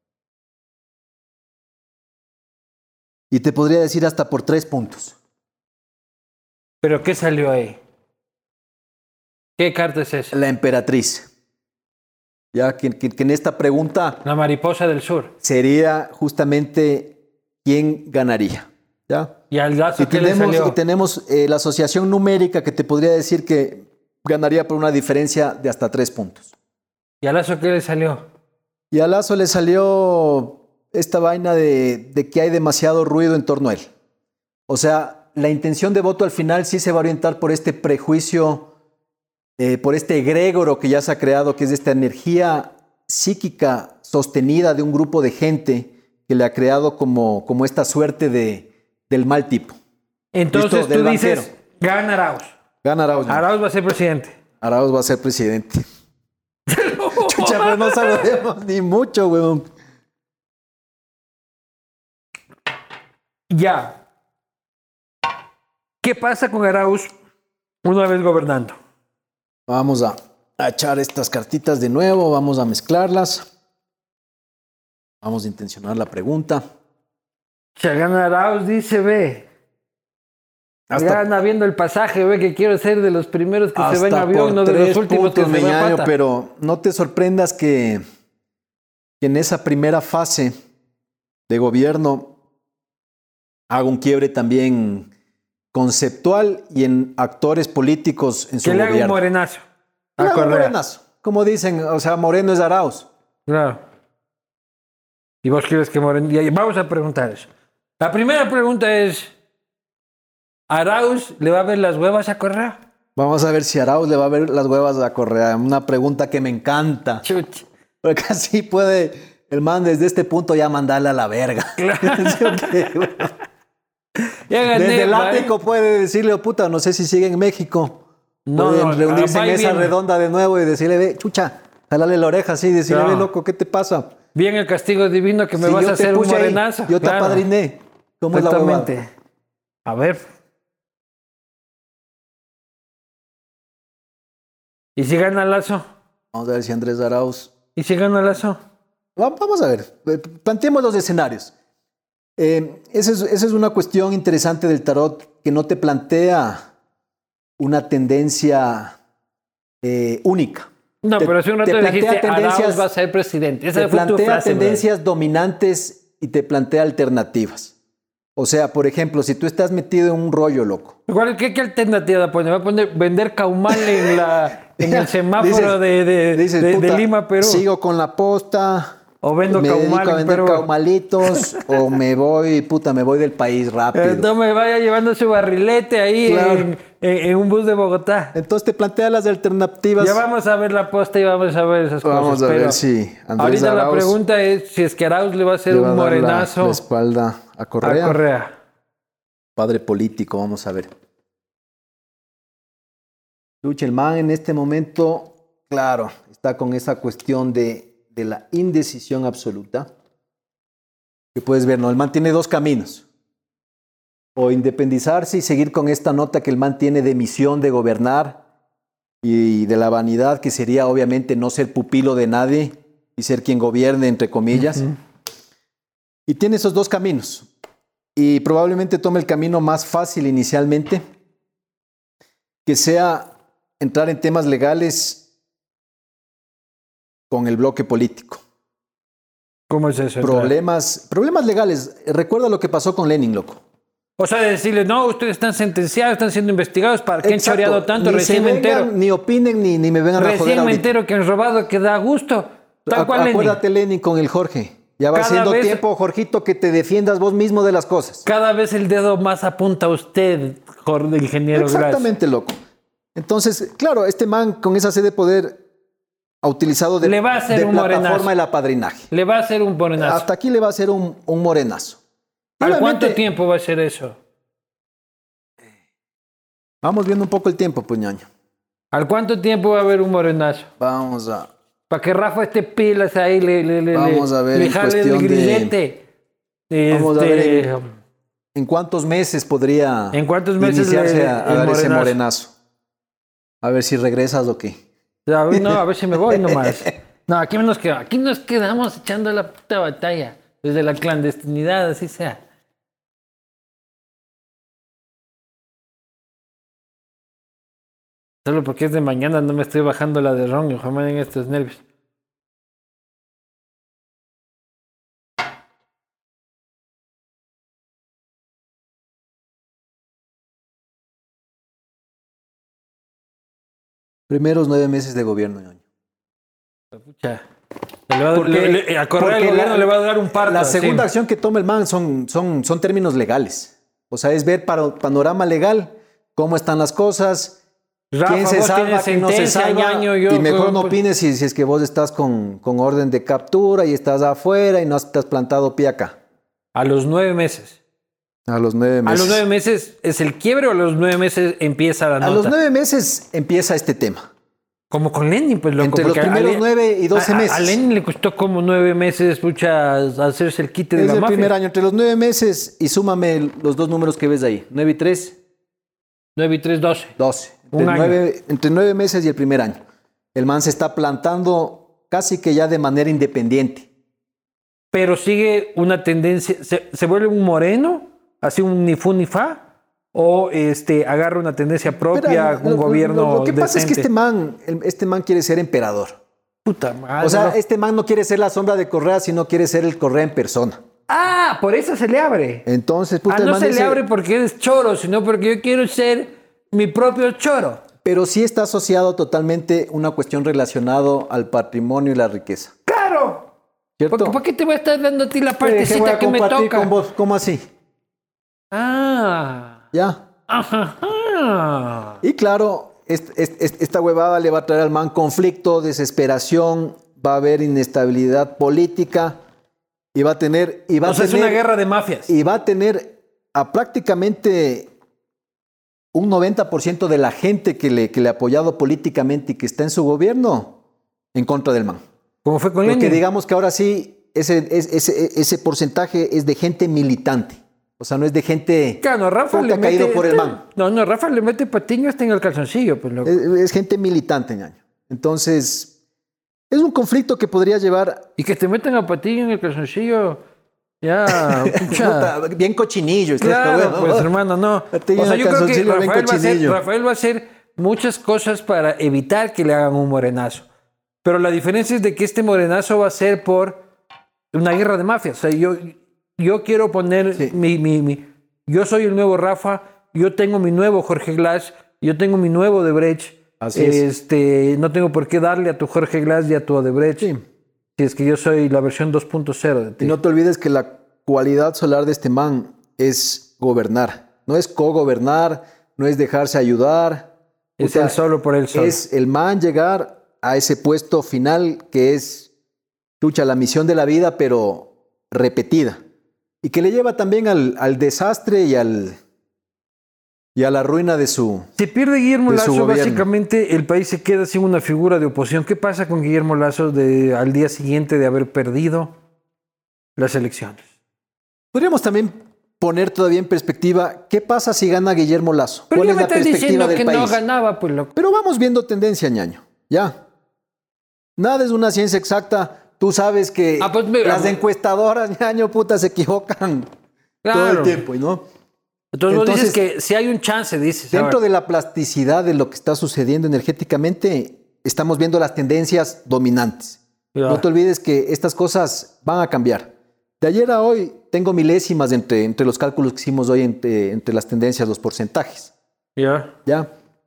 Y te podría decir hasta por tres puntos. ¿Pero qué salió ahí? ¿Qué carta es esa? La emperatriz. Ya que, que, que en esta pregunta... La mariposa del sur. Sería justamente quién ganaría. ¿Ya? ¿Y al Lasso y qué tenemos, le salió? Y tenemos eh, la asociación numérica que te podría decir que ganaría por una diferencia de hasta tres puntos. ¿Y a Lasso qué le salió? Y a Lasso le salió esta vaina de, de que hay demasiado ruido en torno a él. O sea, la intención de voto al final sí se va a orientar por este prejuicio, eh, por este egregoro que ya se ha creado, que es esta energía psíquica sostenida de un grupo de gente que le ha creado como, como esta suerte de, del mal tipo. Entonces ¿Listo? tú del dices, banquero. Gana Arauz. Gana Arauz. ¿no? Arauz va a ser presidente. Arauz va a ser presidente. Chucha, pero no sabemos ni mucho, weón. Ya. ¿Qué pasa con Arauz una vez gobernando? Vamos a, a echar estas cartitas de nuevo, vamos a mezclarlas. Vamos a intencionar la pregunta. Se gana Arauz, dice, ve. Hasta, gana viendo el pasaje, ve que quiero ser de los primeros que se va en avión, no de los últimos que se va en pata. Pero no te sorprendas que, que en esa primera fase de gobierno haga un quiebre también conceptual y en actores políticos en su gobierno. Que le haga un morenazo. Le haga un morenazo. Como dicen, o sea, Moreno es Arauz. Claro. Y vos quieres que Moreno... Vamos a preguntar eso. La primera pregunta es... ¿Arauz le va a ver las huevas a Correa? Vamos a ver si Arauz le va a ver las huevas a Correa. Una pregunta que me encanta. Chuch. Porque así puede el man desde este punto ya mandarle a la verga. Claro. Ya gané, desde el ático puede decirle, oh, puta, no sé si sigue en México. No, Pueden no, reunirse en esa bien. redonda de nuevo y decirle, ve, chucha, jalarle la oreja así, decirle, claro. ve, loco, ¿qué te pasa? Bien el castigo divino que me si vas a hacer un morenazo. Ahí, yo claro. te apadriné. ¿Cómo es la huevada? A ver... ¿Y si gana Lazo? Vamos a ver si Andrés Arauz... ¿Y si gana Lazo? Vamos a ver, planteemos los escenarios. Eh, esa, es, esa es una cuestión interesante del tarot que no te plantea una tendencia eh, única. No, te, pero hace un rato dijiste Arauz va a ser presidente. Esa te fue plantea tu frase, tendencias bro. dominantes y te plantea alternativas. O sea, por ejemplo, si tú estás metido en un rollo, loco. ¿Qué, qué alternativa pone? ¿Va a poner vender caumal en, la, en el semáforo dices, de, de, dices, de, de Lima, Perú? Sigo con la posta. O vendo me caumal dedico a vender Perú. caumalitos. O me voy, puta, me voy del país rápido. No me vaya llevando su barrilete ahí claro. en, en, en un bus de Bogotá. Entonces te plantea las alternativas. Ya vamos a ver la posta y vamos a ver esas vamos cosas. Vamos a ver si Andrés ahorita Arauz la pregunta es si es que Arauz le va a hacer un morenazo. La, la espalda a Correa. A Correa. Padre político, vamos a ver. Luchelman en este momento, claro, está con esa cuestión de, de la indecisión absoluta. Que puedes ver, ¿no? El man tiene dos caminos. O independizarse y seguir con esta nota que el man tiene de misión de gobernar y de la vanidad, que sería obviamente no ser pupilo de nadie y ser quien gobierne, entre comillas. Uh-huh. Y tiene esos dos caminos. Y probablemente tome el camino más fácil inicialmente, que sea entrar en temas legales con el bloque político. ¿Cómo es eso? Problemas, problemas legales. Recuerda lo que pasó con Lenin, loco. O sea, decirle, no, ustedes están sentenciados, están siendo investigados, ¿para qué han choreado tanto? Ni Recién se me vengan, entero. Ni opinen, ni, ni me vengan Recién a joder me ahorita. entero que han robado, que da gusto. Tal cual Acuérdate Lenin. Lenin con el Jorge. Ya va Cada siendo vez, tiempo, Jorgito, que te defiendas vos mismo de las cosas. Cada vez el dedo más apunta a usted, Jorge, ingeniero. Exactamente, Gras. loco. Entonces, claro, este man con esa sed de poder ha utilizado de, le va a hacer de un plataforma morenazo. el apadrinaje. Le va a hacer un morenazo. Hasta aquí le va a hacer un, un morenazo. ¿Al cuánto tiempo va a ser eso? Vamos viendo un poco el tiempo, puñaño. ¿Al cuánto tiempo va a haber un morenazo? Vamos a... Para que Rafa esté pilas ahí, le, le, le, vamos a ver le en jale el grillete. De... Vamos este... a ver en, en cuántos meses podría ¿En cuántos meses iniciarse le, a, a dar morenazo. ese morenazo. A ver si regresas o qué. Ya, no, a ver si me voy nomás. No, aquí nos quedamos, aquí nos quedamos echando la puta batalla. Desde la clandestinidad, así sea. Solo porque es de mañana no me estoy bajando la de ron, ojalá me den estos nervios. Primeros nueve meses de gobierno, ñoño. Pucha. Le va a, porque, le, le, a Correa el gobierno la, le va a dar un parto. La segunda sí. acción que toma el man son, son, son términos legales. O sea, es ver para panorama legal cómo están las cosas Rafa, ¿quién se vos salva, tienes quién no se sentencia, salva? ñaño, yo- y mejor yo- no opines si, si es que vos estás con, con orden de captura y estás afuera y no has, te has plantado pie acá. A los nueve meses. A los nueve ¿A meses. los nueve meses es el quiebre o a los nueve meses empieza la A nota? los nueve meses empieza este tema. Como con Lenin, pues loco. Entre los porque a primeros Le- nueve y doce a- a- meses. A Lenin le costó como nueve meses, pucha, hacerse el quite de Es la el mafia. primer año, entre los nueve meses y súmame el- los dos números que ves ahí. Nueve y tres, nueve y tres, doce. doce. Un Entre año. nueve, entre nueve meses y el primer año. El man se está plantando casi que ya de manera independiente. Pero sigue una tendencia, se, se vuelve un moreno, así un ni fu ni fa, o este, agarra una tendencia propia, Pero, un lo- gobierno Lo, lo que pasa es que decente. este man, el- este man quiere ser emperador. Puta madre. O sea, no. este man no quiere ser la sombra de Correa, sino quiere ser el Correa en persona. Ah, por eso se le abre. Entonces, puta, Ah, el no man se dice, le abre porque eres choro, sino porque yo quiero ser mi propio choro. pero sí está asociado totalmente una cuestión relacionada al patrimonio y la riqueza. ¡Claro! ¿Cierto? ¿Por, por qué te voy a estar dando a ti la Eh, que voy partecita a que me compartir toca? con vos. ¿Cómo así? Ah. Ya. Ajá. ajá. Y claro, est- est- est- esta huevada le va a traer al man conflicto, desesperación, va a haber inestabilidad política y va a tener... Y va O sea, a es tener, una guerra de mafias. Y va a tener a prácticamente un noventa por ciento de la gente que le, que le ha apoyado políticamente y que está en su gobierno en contra del man. Como fue con Porque Lenin. digamos que ahora sí, ese, ese, ese, ese porcentaje es de gente militante. O sea, no es de gente Claro, Rafa que le ha caído mete, por el man. No, no, Rafa le mete patiño hasta en el calzoncillo, pues loco. Es, es gente militante, ñaño. Entonces, es un conflicto que podría llevar... Y que te metan a patiño en el calzoncillo, ya, pucha. Puta, bien cochinillo. este Claro, huevón, pues ¿no? hermano, no. Patiño O sea, en el yo creo que calzoncillo, bien Rafael va, a hacer, cochinillo. Rafael va a hacer muchas cosas para evitar que le hagan un morenazo. Pero la diferencia es de que este morenazo va a ser por una guerra de mafias. O sea, yo, yo quiero poner Sí. mi, mi, mi... Yo soy el nuevo Rafa, yo tengo mi nuevo Jorge Glass, yo tengo mi nuevo Odebrecht. Así es. este, no tengo por qué darle a tu Jorge Glass y a tu Odebrecht. Sí. Si es que yo soy la versión dos punto cero de ti. Y no te olvides que la cualidad solar de este man es gobernar. No es cogobernar, no es dejarse ayudar. Es O sea, el solo por el solo. Es el man llegar a ese puesto final que es, lucha, la misión de la vida, pero repetida. Y que le lleva también al, al desastre y, al, y a la ruina de su... Si pierde Guillermo de su Lazo, gobierno. básicamente el país se queda sin una figura de oposición. ¿Qué pasa con Guillermo Lazo de, al día siguiente de haber perdido las elecciones? Podríamos también poner todavía en perspectiva qué pasa si gana Guillermo Lazo. Pero ¿Cuál ya es me la estás perspectiva diciendo del que país? no ganaba, pues loco. Pero vamos viendo tendencia, ñaño. Ya. Nada es una ciencia exacta. Tú sabes que Ah, pues, mira, las pues- encuestadoras, ñaño, puta, se equivocan todo Claro. el tiempo, ¿no? Entonces, vos dices Entonces, que si hay un chance, dices. Dentro ahora. de la plasticidad de lo que está sucediendo energéticamente, estamos viendo las tendencias dominantes. Ya. No te olvides que estas cosas van a cambiar. De ayer a hoy tengo milésimas entre, entre los cálculos que hicimos hoy entre, entre las tendencias, los porcentajes. Ya. ¿Ya?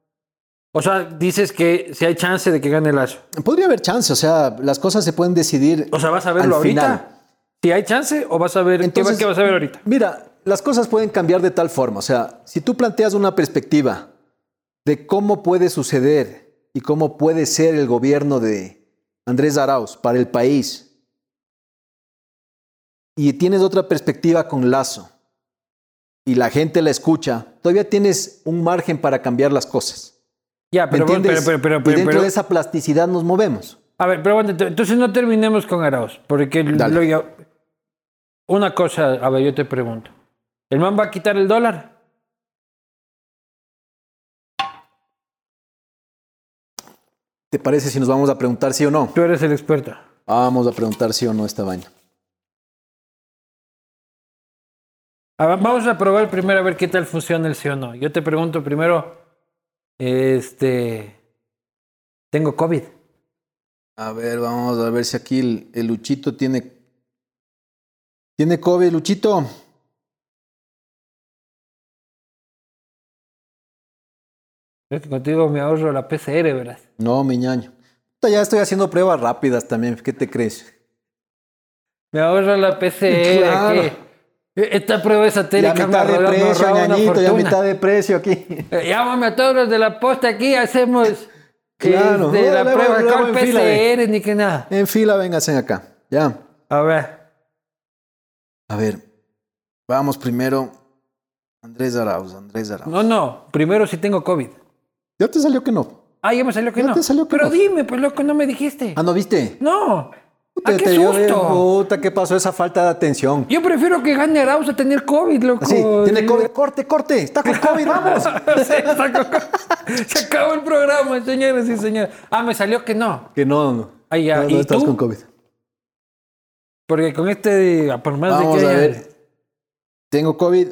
O sea, dices que si hay chance de que gane Lazo. Podría haber chance, o sea, las cosas se pueden decidir. O sea, ¿vas a verlo al ahorita? final. Si hay chance o vas a ver... ¿qué, va- Entonces, qué vas a ver ahorita? Mira, las cosas pueden cambiar de tal forma. O sea, si tú planteas una perspectiva de cómo puede suceder y cómo puede ser el gobierno de Andrés Arauz para el país, y tienes otra perspectiva con Lazo, y la gente la escucha, todavía tienes un margen para cambiar las cosas. Ya, ¿Me pero, vos- entiendes? pero, pero, pero, y pero, dentro pero- de esa plasticidad nos movemos. A ver, pero bueno, ent- entonces no terminemos con Arauz, porque Dale. lo- ya- una cosa, a ver, yo te pregunto. ¿El man va a quitar el dólar? ¿Te parece si nos vamos a preguntar sí o no? Tú eres el experto. Vamos a preguntar sí o no esta vaina. A ver, vamos a probar primero a ver qué tal funciona el sí o no. Yo te pregunto primero, este, tengo COVID. A ver, vamos a ver si aquí el, el Luchito tiene... ¿Tiene COVID, Luchito? Es que contigo me ahorro la P C R, ¿verdad? No, mi ñaño. Puta, ya estoy haciendo pruebas rápidas también. ¿Qué te crees? Me ahorro la P C R. Claro. ¿qué? Esta prueba esotérica. Ya a mitad de nos precio, roba una ñañito, ya a fortuna. mitad de precio aquí. Eh, Llámame a todos los de la posta aquí, hacemos Claro, este, no, la luego- prueba, luego con en P fila, C R ni que nada. En fila, vénganse acá. Ya. A ver, A ver. Vamos primero. Andrés Arauz, Andrés Arauz. no, no, primero si tengo COVID. ¿Ya te salió que no? Ah, ya me salió que Ya no. te salió que Pero no. dime, pues loco, no me dijiste. Ah, ¿no viste? No. Puta, ¿A qué te dio bien, susto? puta, ¿qué pasó? Esa falta de atención. Yo prefiero que gane Arauz a tener COVID, loco. Así, tiene COVID. Corte, corte. Está con COVID, vamos. Sí, está con- Se acabó el programa, señores y señores. Ah, me salió que no. Que no, no. Ah, ya. No, no ¿Y estás tú? con COVID. Porque con este, ah, por más Vamos de que a haya... ver. Tengo COVID.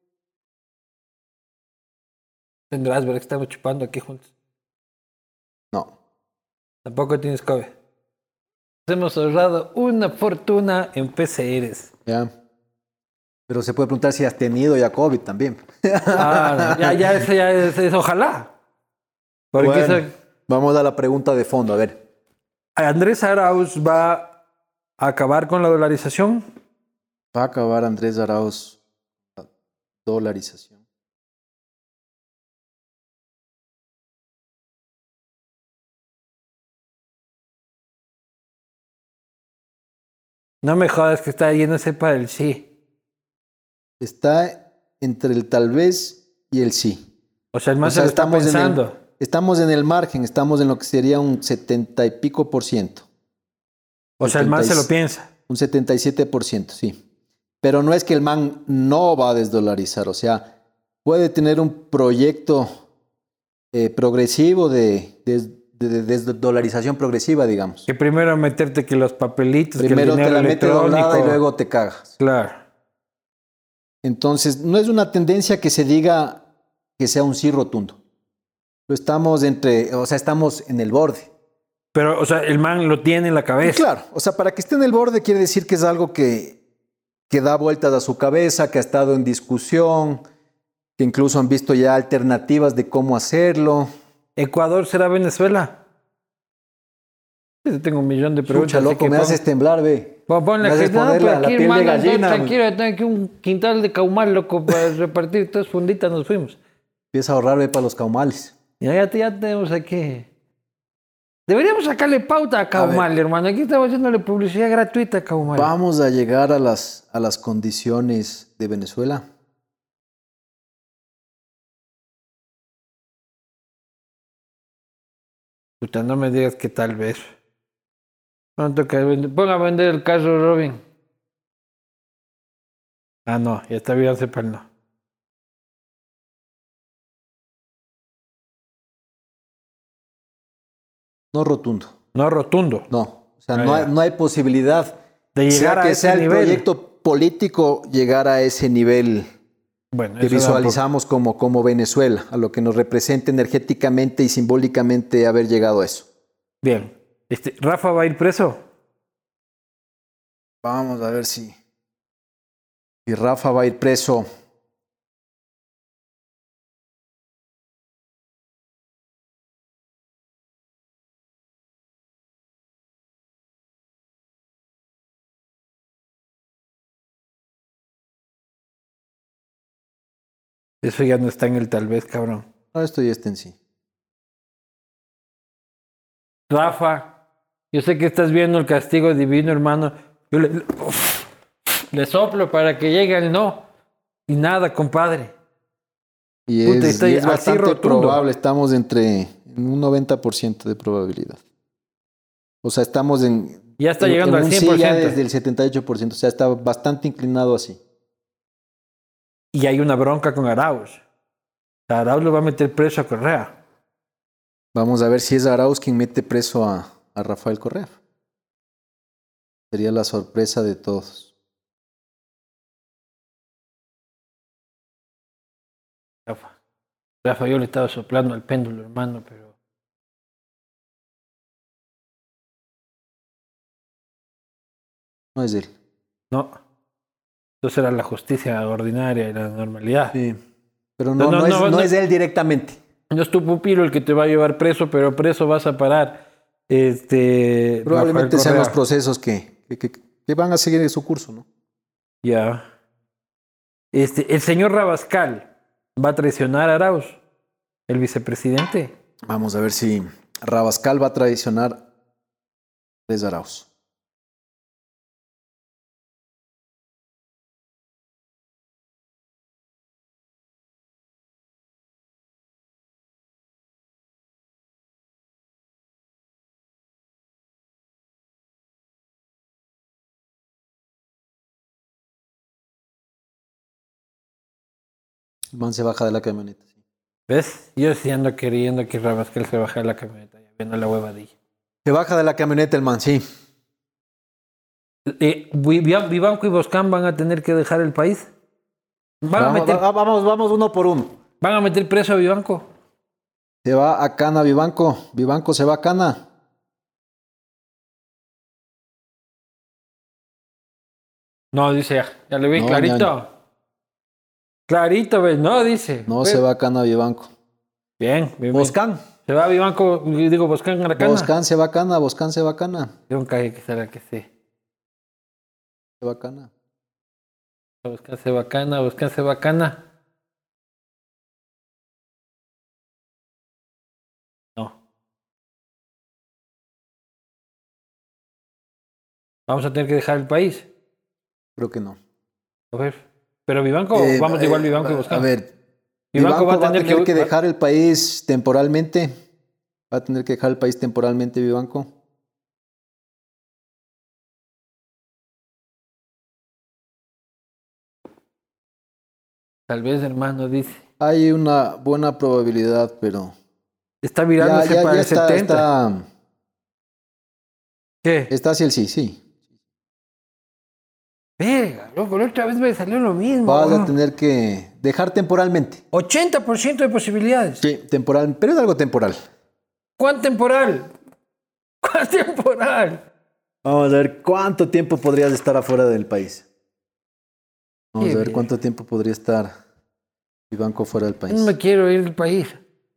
Tendrás, ¿verdad? Que estamos chupando aquí juntos. No. Tampoco tienes COVID. Nos hemos ahorrado una fortuna en P C Rs. Ya. Pero se puede preguntar si has tenido ya COVID también. Ah, ya, ya, eso ya es, es ojalá. Porque Bueno, eso- vamos a la pregunta de fondo. A ver. Andrés Arauz va a acabar con la dolarización. Va a acabar Andrés Arauz la dolarización. No me jodas que está yéndose para el sí. Está entre el tal vez y el sí. O sea, el más O sea, se lo está estamos en el- pensando. Estamos en el margen, estamos en lo que sería un setenta y pico por ciento. O sea, el man se lo setenta y- piensa. Un setenta y siete por ciento, sí. Pero no es que el man no va a desdolarizar, o sea, puede tener un proyecto eh, progresivo de, de, de- de desdolarización progresiva, digamos. Que primero meterte que los papelitos, Primero que te el la dinero mete doblada y electrónico. luego te cagas. Claro. Entonces, no es una tendencia que se diga que sea un sí rotundo. Lo estamos entre, o sea, estamos en el borde. Pero, o sea, el man lo tiene en la cabeza. Claro, o sea, para que esté en el borde quiere decir que es algo que, que da vueltas a su cabeza, que ha estado en discusión, que incluso han visto ya alternativas de cómo hacerlo. ¿Ecuador será Venezuela? Yo tengo un millón de preguntas. Chucha, así loco, que me pon- haces temblar, ve. pon- ponle me que haces no, poner pero la- la aquí, piel de hermano, gallina. tranquilo, tengo aquí un quintal de caumal, loco, para repartir tres funditas, nos fuimos. Empieza a ahorrar, ve, para los caumales. Ya, ya, te- ya tenemos aquí. Deberíamos sacarle pauta a Caumal, hermano. Aquí estamos haciéndole publicidad gratuita a Caumal. Vamos a llegar a las, a las condiciones de Venezuela. Puta, no me digas que tal vez. ¿Cuánto que vende? Ponga a vender el carro, Robin. Ah, no, ya está bien, sepa el no. No rotundo, No rotundo. no. O sea, Ah, no ya. hay, no hay posibilidad De sea llegar a que ese sea el nivel. proyecto político llegar a ese nivel Bueno, que eso da visualizamos como, como Venezuela, a lo que nos representa energéticamente y simbólicamente haber llegado a eso. por- Bien. Este, ¿Rafa va a ir preso? Vamos a ver si, si Rafa va a ir preso. Eso ya no está en el tal vez, cabrón. No, esto ya está en sí. Rafa, yo sé que estás viendo el castigo divino, hermano. Yo le, le- le soplo para que llegue el no. Y nada, compadre. Y Puta, es, está y es así bastante rotundo. probable, estamos entre en un noventa por ciento de probabilidad. O sea, estamos en... Ya está en- llegando en al un cien sí por ya ciento. desde el setenta y ocho por ciento, o sea, está bastante inclinado así. Y hay una bronca con Arauz. Arauz lo va a meter preso a Correa. Vamos a ver si es Arauz quien mete preso a, a Rafael Correa. Sería la sorpresa de todos. Rafa. Rafa, yo le estaba soplando al péndulo, hermano, pero... No es él. No. Entonces era la justicia ordinaria y la normalidad. Sí. Pero no, No, no, no, es, no, no no. es él directamente. No es tu pupilo el que te va a llevar preso, pero preso vas a parar. Este, Probablemente Rafael sean los Correa. procesos que, que, que- que van a seguir su curso, ¿no? Ya. Este, el señor Rabascal va a traicionar a Arauz, el vicepresidente. Vamos a ver si Rabascal va a traicionar a Andrés Arauz. El man se baja de la camioneta. Sí. ¿Ves? Yo sí ando queriendo que Rabascal se baje de la camioneta, ya viendo la huevadilla. Se baja de la camioneta el man, sí. Eh, Vivanco y Boscán van a tener que dejar el país. Van vamos, a meter, va, vamos, vamos uno por uno. Van a meter preso a Vivanco. Se va a Cana Vivanco. Vivanco se va a Cana. No, dice, ya, ya le vi no, clarito. Ñaño. Clarito, ¿ves? No, dice. No ¿ves? Se va a Cana Vivanco. Bien, bien. Boscán. Se va a Vivanco, digo Boscán a la Cana. Boscán se va a Cana, Boscán se va a Cana. Yo un calle que será que sí. Se va a Cana. Boscán se va a Cana, Boscán se va a Cana. No. Vamos a tener que dejar el país. Creo que no. A ver. Pero Vivanco, Eh, vamos eh, igual Vivanco y Boscán. A ver. Vivanco, Vivanco va a tener, va a tener que, que, que dejar el país temporalmente. Va a tener que dejar el país temporalmente, Vivanco. Tal vez, hermano, dice. Hay una buena probabilidad, pero... Está virándose ya, ya, para ya el está, setenta. Está, ¿Qué? está hacia el sí, sí. Venga, loco, la otra vez me salió lo mismo. Vas ¿no? a tener que dejar temporalmente. ochenta por ciento de posibilidades. Sí, temporal, pero es algo temporal. ¿Cuán temporal? ¿Cuán temporal? Vamos a ver cuánto tiempo podrías estar afuera del país. Vamos Qué a ver bien. cuánto tiempo podría estar Vivanco fuera del país. No me quiero ir del país.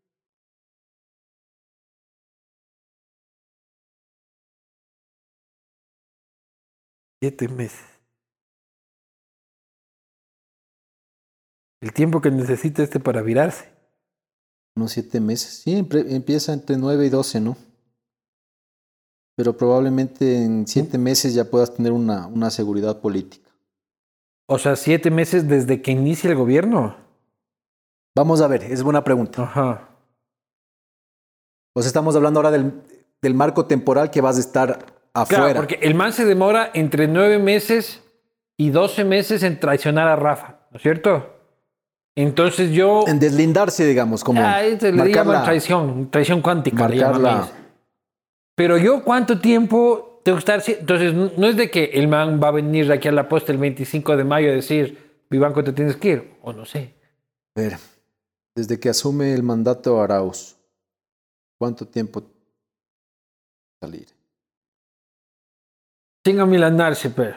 Siete meses. El tiempo que necesita este para virarse. Unos siete meses. Sí, empre- empieza entre nueve y doce, ¿no? Pero probablemente en siete meses ya puedas tener una, una seguridad política. O sea, siete meses desde que inicia el gobierno. Vamos a ver, es buena pregunta. Ajá. Pues estamos hablando ahora del, del marco temporal que vas a estar afuera. Claro, porque el man se demora entre nueve meses y doce meses en traicionar a Rafa, ¿no es cierto? Entonces yo... En deslindarse, digamos, como Ah, este le marcar llaman la- traición, traición cuántica. le llaman marcar la- ellos. Pero yo, ¿cuánto tiempo tengo que estar? si- Entonces, no es de que el man va a venir aquí a la posta el veinticinco de mayo a decir, Vivanco, te tienes que ir, o no sé. A ver, desde que asume el mandato Arauz, ¿cuánto tiempo salir? Sin amilanarse, pero.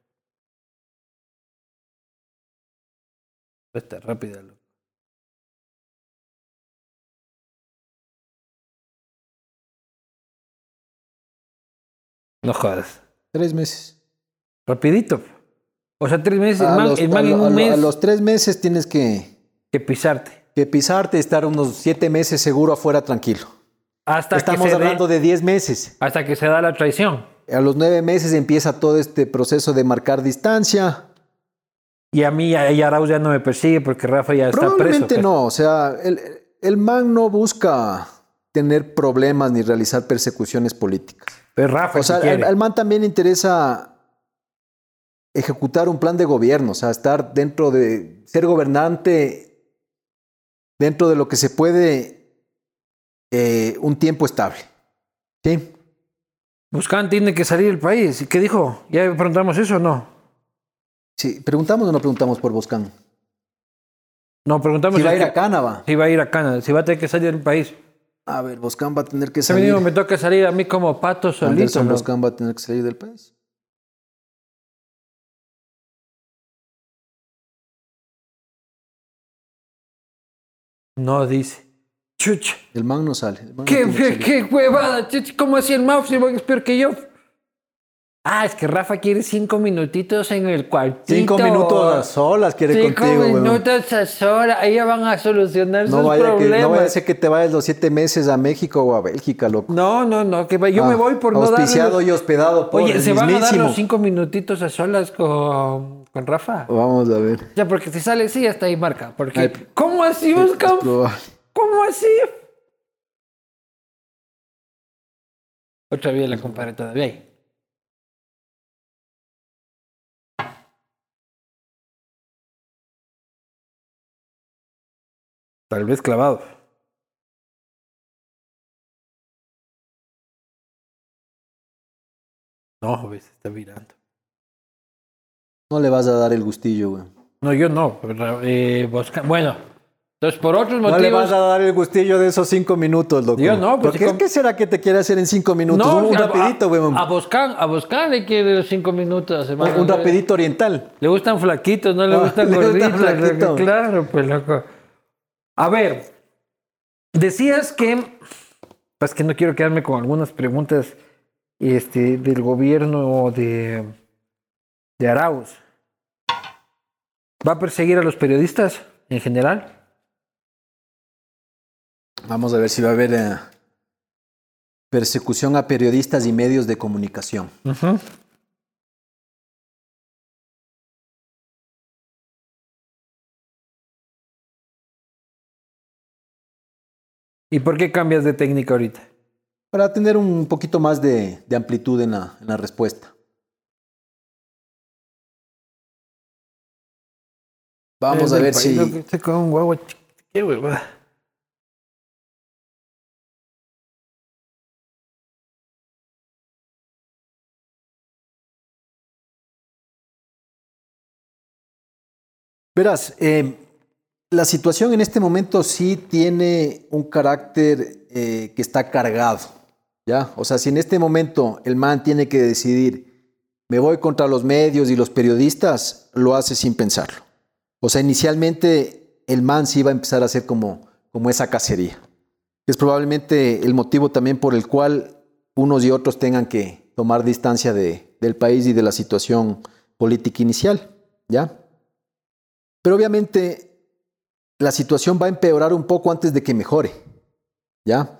Está rápida, loco. No jodas. Tres meses. Rapidito. O sea, tres meses, el A man, los, el man a en lo- un a lo- mes a los tres meses tienes que, que pisarte. que pisarte y estar unos siete meses seguro afuera tranquilo. Hasta Estamos que se hablando dé- de diez meses. hasta que se da la traición. A los nueve meses empieza todo este proceso de marcar distancia. Y a mí y Arauz ya no me persigue porque Rafa ya está preso. Probablemente pues. no, o sea, el, el man no busca tener problemas ni realizar persecuciones políticas. Pero Rafa O sea, si al, quiere. al man también le interesa ejecutar un plan de gobierno, o sea, estar dentro de, ser gobernante dentro de lo que se puede eh, un tiempo estable. ¿Sí? Buscán tiene que salir del país. ¿Y qué dijo? ¿Ya preguntamos eso o no? Sí, ¿preguntamos o no preguntamos por Boscán? No, preguntamos Si va a es ir que- a Cánava. si va a ir a Canadá, si va a tener que salir del país. A ver, Boscán va a tener que Ese salir. mismo me toca salir a mí como pato solito. Anderson ¿no? Boscán va a tener que salir del país. No, dice. Chuch. El man no sale. el man no ¿Qué, tiene que qué, salir. qué huevada? Chuch, ¿cómo así el Mao si es peor que yo? Ah, es que Rafa quiere cinco minutitos en el cuartito. Cinco minutos a solas quiere cinco contigo, Cinco minutos weón. a solas. Ahí ya van a solucionar no sus vaya problemas. Que, no vaya a ser que te vayas los siete meses a México o a Bélgica, loco. No, no, no. Que yo ah, me voy por no darle... Auspiciado y hospedado por Oye, el ¿se mismísimo. van a dar los cinco minutitos a solas con, con Rafa? Vamos a ver. Ya, porque si sale sí, hasta ahí marca. Porque, Ay, ¿cómo así, Oscar? ¿Cómo así? Otra vez la compadre todavía ahí. Tal vez clavado. No, ves, está mirando. No le vas a dar el gustillo, güey. No, yo no. Eh, busca... Bueno, entonces por otros motivos... No le vas a dar el gustillo de esos cinco minutos, loco. Yo no. Pues ¿Por qué, com... ¿Qué será que te quiere hacer en cinco minutos? No, un a, rapidito, güey. A, a buscar, a buscar le quiere los cinco minutos. Un, un rapidito oriental. Le gustan flaquitos, no le ah, gustan gorditos. Claro, pues loco. A ver, decías que... Pues que no quiero quedarme con algunas preguntas este, del gobierno de, de Arauz. ¿Va a perseguir a los periodistas en general? Vamos a ver si va a haber eh, persecución a periodistas y medios de comunicación. Uh-huh. ¿Y por qué cambias de técnica ahorita? Para tener un poquito más de, de amplitud en la, en la respuesta. Vamos a ver si... Que con un guagua... ¿Qué huevada? Verás, eh, la situación en este momento sí tiene un carácter eh, que está cargado, ¿ya? O sea, si en este momento el man tiene que decidir, me voy contra los medios y los periodistas, lo hace sin pensarlo. O sea, inicialmente el man sí iba a empezar a hacer como, como esa cacería. Es probablemente el motivo también por el cual unos y otros tengan que tomar distancia de, del país y de la situación política inicial, ¿ya? Pero obviamente la situación va a empeorar un poco antes de que mejore, ¿ya?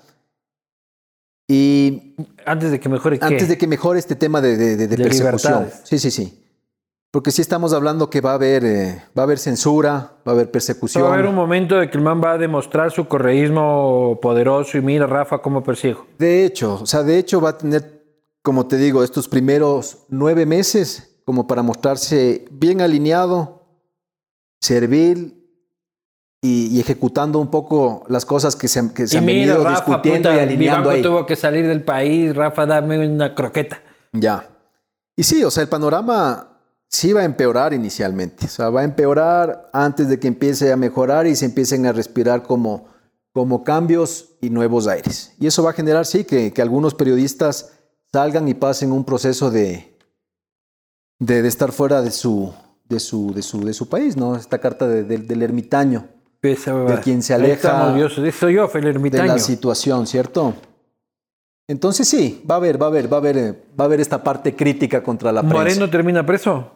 Y antes de que mejore ¿qué? Antes de que mejore este tema de, de, de, de persecución. Libertades. Sí, sí, sí. Porque sí estamos hablando que va a haber, eh, va a haber censura, va a haber persecución. Va a haber un momento de que el man va a demostrar su correísmo poderoso y mira, Rafa, cómo persigo. De hecho, o sea, de hecho va a tener, como te digo, estos primeros nueve meses como para mostrarse bien alineado, servil y, y ejecutando un poco las cosas que se, que se han mira, venido Rafa, discutiendo puta, y alineando mi ahí. Tuvo que salir del país, Rafa, dame una croqueta. Ya. Y sí, o sea, el panorama sí va a empeorar inicialmente. O sea, va a empeorar antes de que empiece a mejorar y se empiecen a respirar como, como cambios y nuevos aires. Y eso va a generar, sí, que, que algunos periodistas salgan y pasen un proceso de, de, de estar fuera de su, de, su, de, su, de su país, ¿no? Esta carta de, de, del ermitaño, Esa, de quien se aleja Dios, soy yo, el ermitaño. de la situación, ¿cierto? Entonces sí, va a haber, va a haber, va a haber, va a haber esta parte crítica contra la prensa. ¿Moreno termina preso?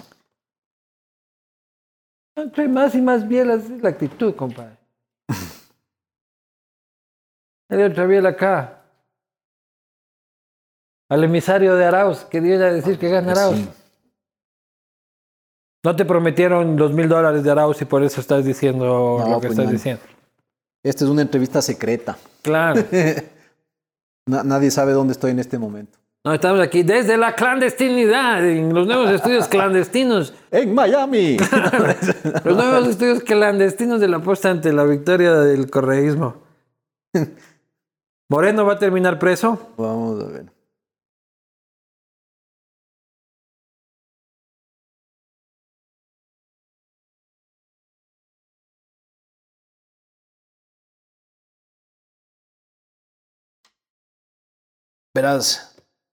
Entre más y más bielas es la actitud, compadre. Hay otra biela acá. Al emisario de Arauz, que dio a decir que gana Arauz. Sí. No te prometieron los mil dólares de Arauz y por eso estás diciendo no, lo que pues estás no. diciendo. Esta es una entrevista secreta. Claro. Nadie sabe dónde estoy en este momento. No, estamos aquí desde la clandestinidad, en los nuevos estudios clandestinos. ¡En Miami! Los nuevos estudios clandestinos de la apuesta ante la victoria del correísmo. ¿Moreno va a terminar preso? Vamos a ver. Verás,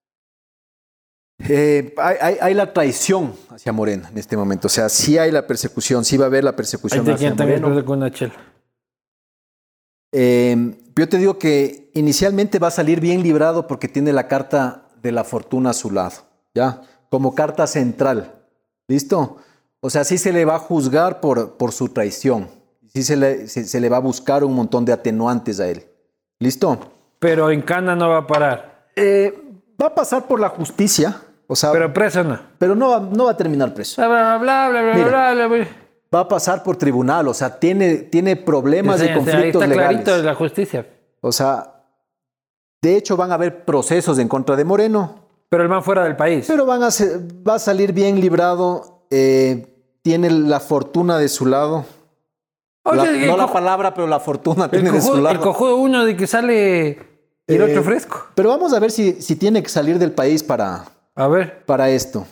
eh, hay, hay, hay la traición hacia Moreno en este momento. O sea, sí hay la persecución, sí va a haber la persecución hay hacia Moreno. Con una chela. Eh, yo te digo que inicialmente va a salir bien librado porque tiene la carta de la fortuna a su lado. ¿ya? Como carta central. ¿Listo? O sea, sí se le va a juzgar por, por su traición. Sí se le, se, se le va a buscar un montón de atenuantes a él. ¿Listo? Pero en Cana no va a parar. Eh, va a pasar por la justicia. O sea, pero preso no. Pero no va, no va a terminar preso. Bla, bla, bla, bla, bla, Mira, bla, bla, bla. Va a pasar por tribunal. O sea, tiene, tiene problemas Sí, y conflictos ahí está legales. clarito de la justicia. O sea, de hecho van a haber procesos en contra de Moreno. Pero el man fuera del país. Pero van a ser, va a salir bien librado. Eh, tiene la fortuna de su lado. Oye, La, el no la cojo- palabra, pero la fortuna el tiene de su cojudo, el lado. cojudo uno de que sale y el Eh, otro fresco. Pero vamos a ver si, si tiene que salir del país para, A ver. para esto.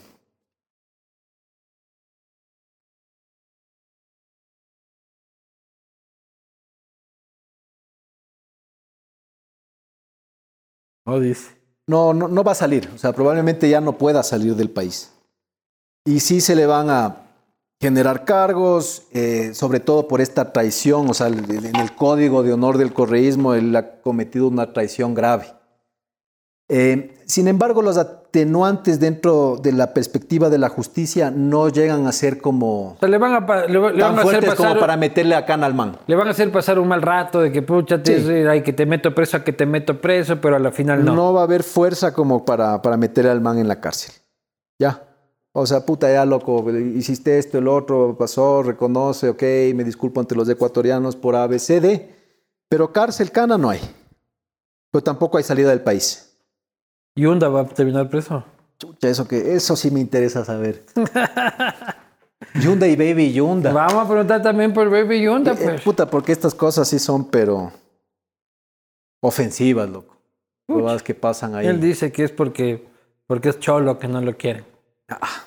No dice. No, no, no va a salir. O sea, probablemente ya no pueda salir del país. Y sí se le van a generar cargos, eh, sobre todo por esta traición. O sea, en el código de honor del correísmo, él ha cometido una traición grave. Eh, sin embargo, los atenuantes dentro de la perspectiva de la justicia no llegan a ser como O sea, le van a, pa- le, va- le tan van a hacer fuertes pasar, como para meterle a cana al man. le van a hacer pasar un mal rato de que pucha, te, Sí. ay, que te meto preso, a que te meto preso, pero a la final no. No va a haber fuerza como para, para meterle al man en la cárcel. Ya. O sea, puta, ya loco, hiciste esto, el otro, pasó, reconoce, ok, me disculpo ante los ecuatorianos por A, B, C, D, pero cárcel, cana no hay. Pero tampoco hay salida del país. Yunda va a terminar preso. Chucha, eso, que, eso sí me interesa saber. Yunda y Baby Yunda. Vamos a preguntar también por Baby Yunda, Eh, eh, pues. puta, porque estas cosas sí son, pero ofensivas, loco. Pucha. Cosas que pasan ahí. Él dice que es porque, porque es cholo que no lo quieren. Ah.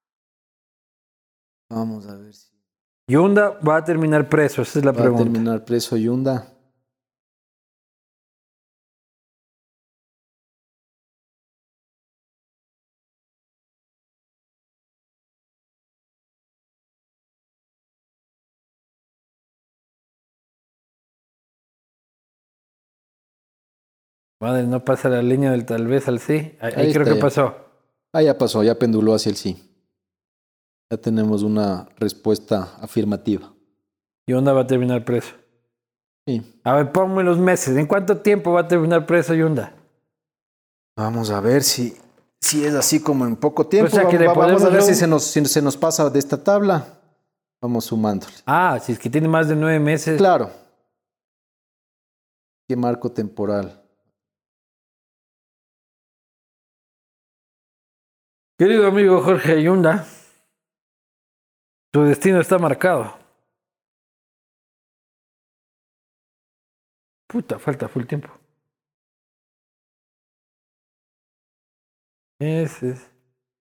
Vamos a ver si Yunda va a terminar preso, esa es la va a pregunta. terminar preso Yunda. Madre, no pasa la línea del tal vez al sí. Ahí, ahí Ahí creo está que ya. pasó. Ah, ya pasó, ya penduló hacia el sí. Ya tenemos una respuesta afirmativa. Yunda va a terminar preso. Sí. A ver, ponme los meses. ¿En cuánto tiempo va a terminar preso Yunda? Vamos a ver si, si es así como en poco tiempo. O sea, que vamos, le vamos a podemos ver si un- se, nos, si se nos pasa de esta tabla. Vamos sumándole. Ah, si es que tiene más de nueve meses. Claro. ¿Qué marco temporal? Querido amigo Jorge Yunda, tu destino está marcado. Puta, falta full tiempo. Ese es.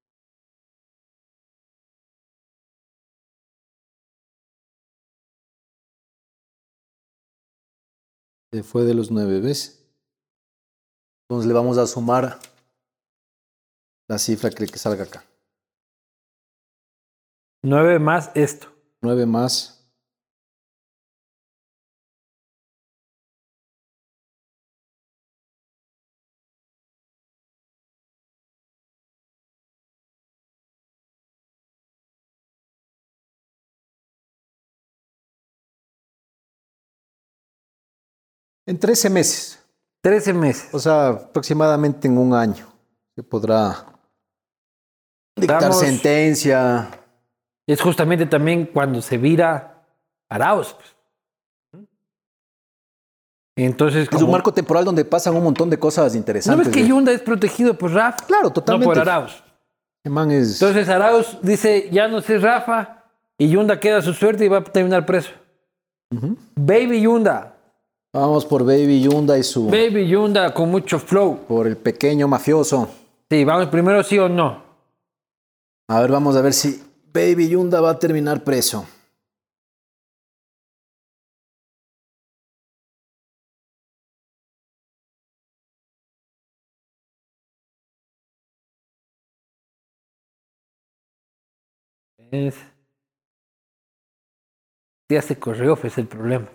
Se fue de los nueve veces. Entonces le vamos a sumar la cifra que, que salga acá. Nueve más esto. nueve más. En trece meses. Trece meses. O sea, aproximadamente en un año se podrá dictar Estamos- sentencia. Es justamente también cuando se vira Arauz. pues. Entonces, Es un como... marco temporal donde pasan un montón de cosas ¿No interesantes. ves que de- Yunda es protegido por Rafa? Claro, totalmente. No por Arauz. El man es... Entonces Arauz dice, ya no sé Rafa, y Yunda queda a su suerte y va a terminar preso. Ujú. Baby Yunda. Vamos por Baby Yunda y su... Baby Yunda con mucho flow. por el pequeño mafioso. Sí, vamos primero sí o no. A ver, vamos a ver si Baby Yunda va a terminar preso. Es... Ya se corrió, es el problema.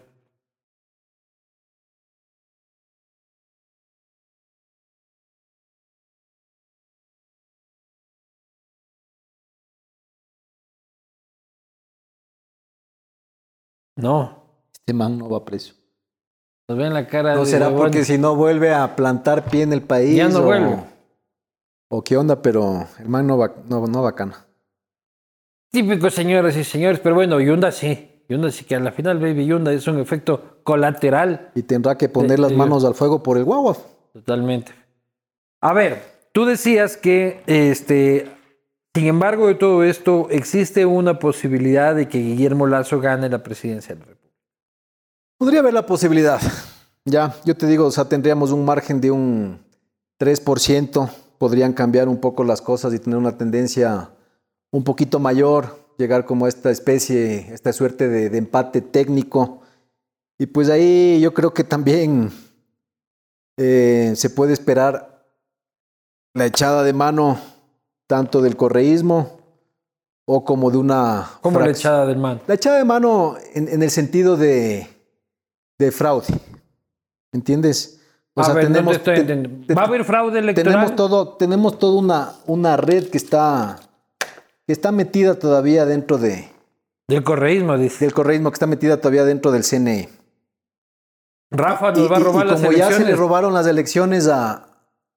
No. Este man no va preso. Nos ven la cara no de... No será huevón. porque si no vuelve a plantar pie en el país. Ya no o, vuelve. O qué onda, pero el man no, va, no, no bacana. Típico, señoras y señores. Pero bueno, Yunda sí. Yunda sí que a la final, Baby Yunda es un efecto colateral. Y tendrá que poner de, las de, manos al fuego por el guagua. Totalmente. A ver, tú decías que, este, sin embargo de todo esto, existe una posibilidad de que Guillermo Lasso gane la presidencia de la República. Podría haber la posibilidad. Ya, yo te digo, o sea, tendríamos un margen de un tres por ciento. Podrían cambiar un poco las cosas y tener una tendencia un poquito mayor, llegar como a esta especie, esta suerte de, de empate técnico. Y pues ahí yo creo que también eh, se puede esperar la echada de mano tanto del correísmo o como de una... ¿Cómo la echada de mano? La echada de mano en, en el sentido de, de fraude, ¿entiendes? O a sea, ver, tenemos, no te estoy entendiendo. ¿Va a haber fraude electoral? Tenemos todo, tenemos toda una, una red que está, que está metida todavía dentro de... Del correísmo, dice. Del correísmo, que está metida todavía dentro del C N E. Rafa nos y, va a robar y, y las como elecciones. Ya se le robaron las elecciones a,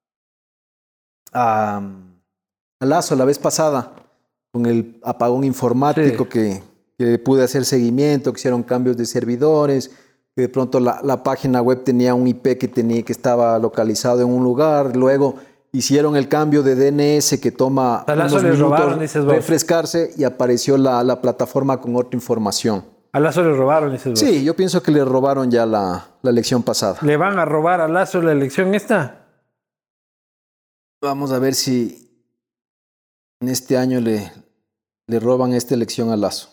a, a Lasso la vez pasada, con el apagón informático sí. que, que pude hacer seguimiento, que hicieron cambios de servidores, que de pronto la, la página web tenía un I P que, tenía, que estaba localizado en un lugar, luego hicieron el cambio de D N S que toma a Lasso unos minutos robaron, refrescarse y apareció la, la plataforma con otra información. A Lasso le robaron, dices vos. Sí, yo pienso que le robaron ya la, la elección pasada. ¿Le van a robar a Lasso la elección esta? Vamos a ver si en este año le, le roban esta elección a Lasso.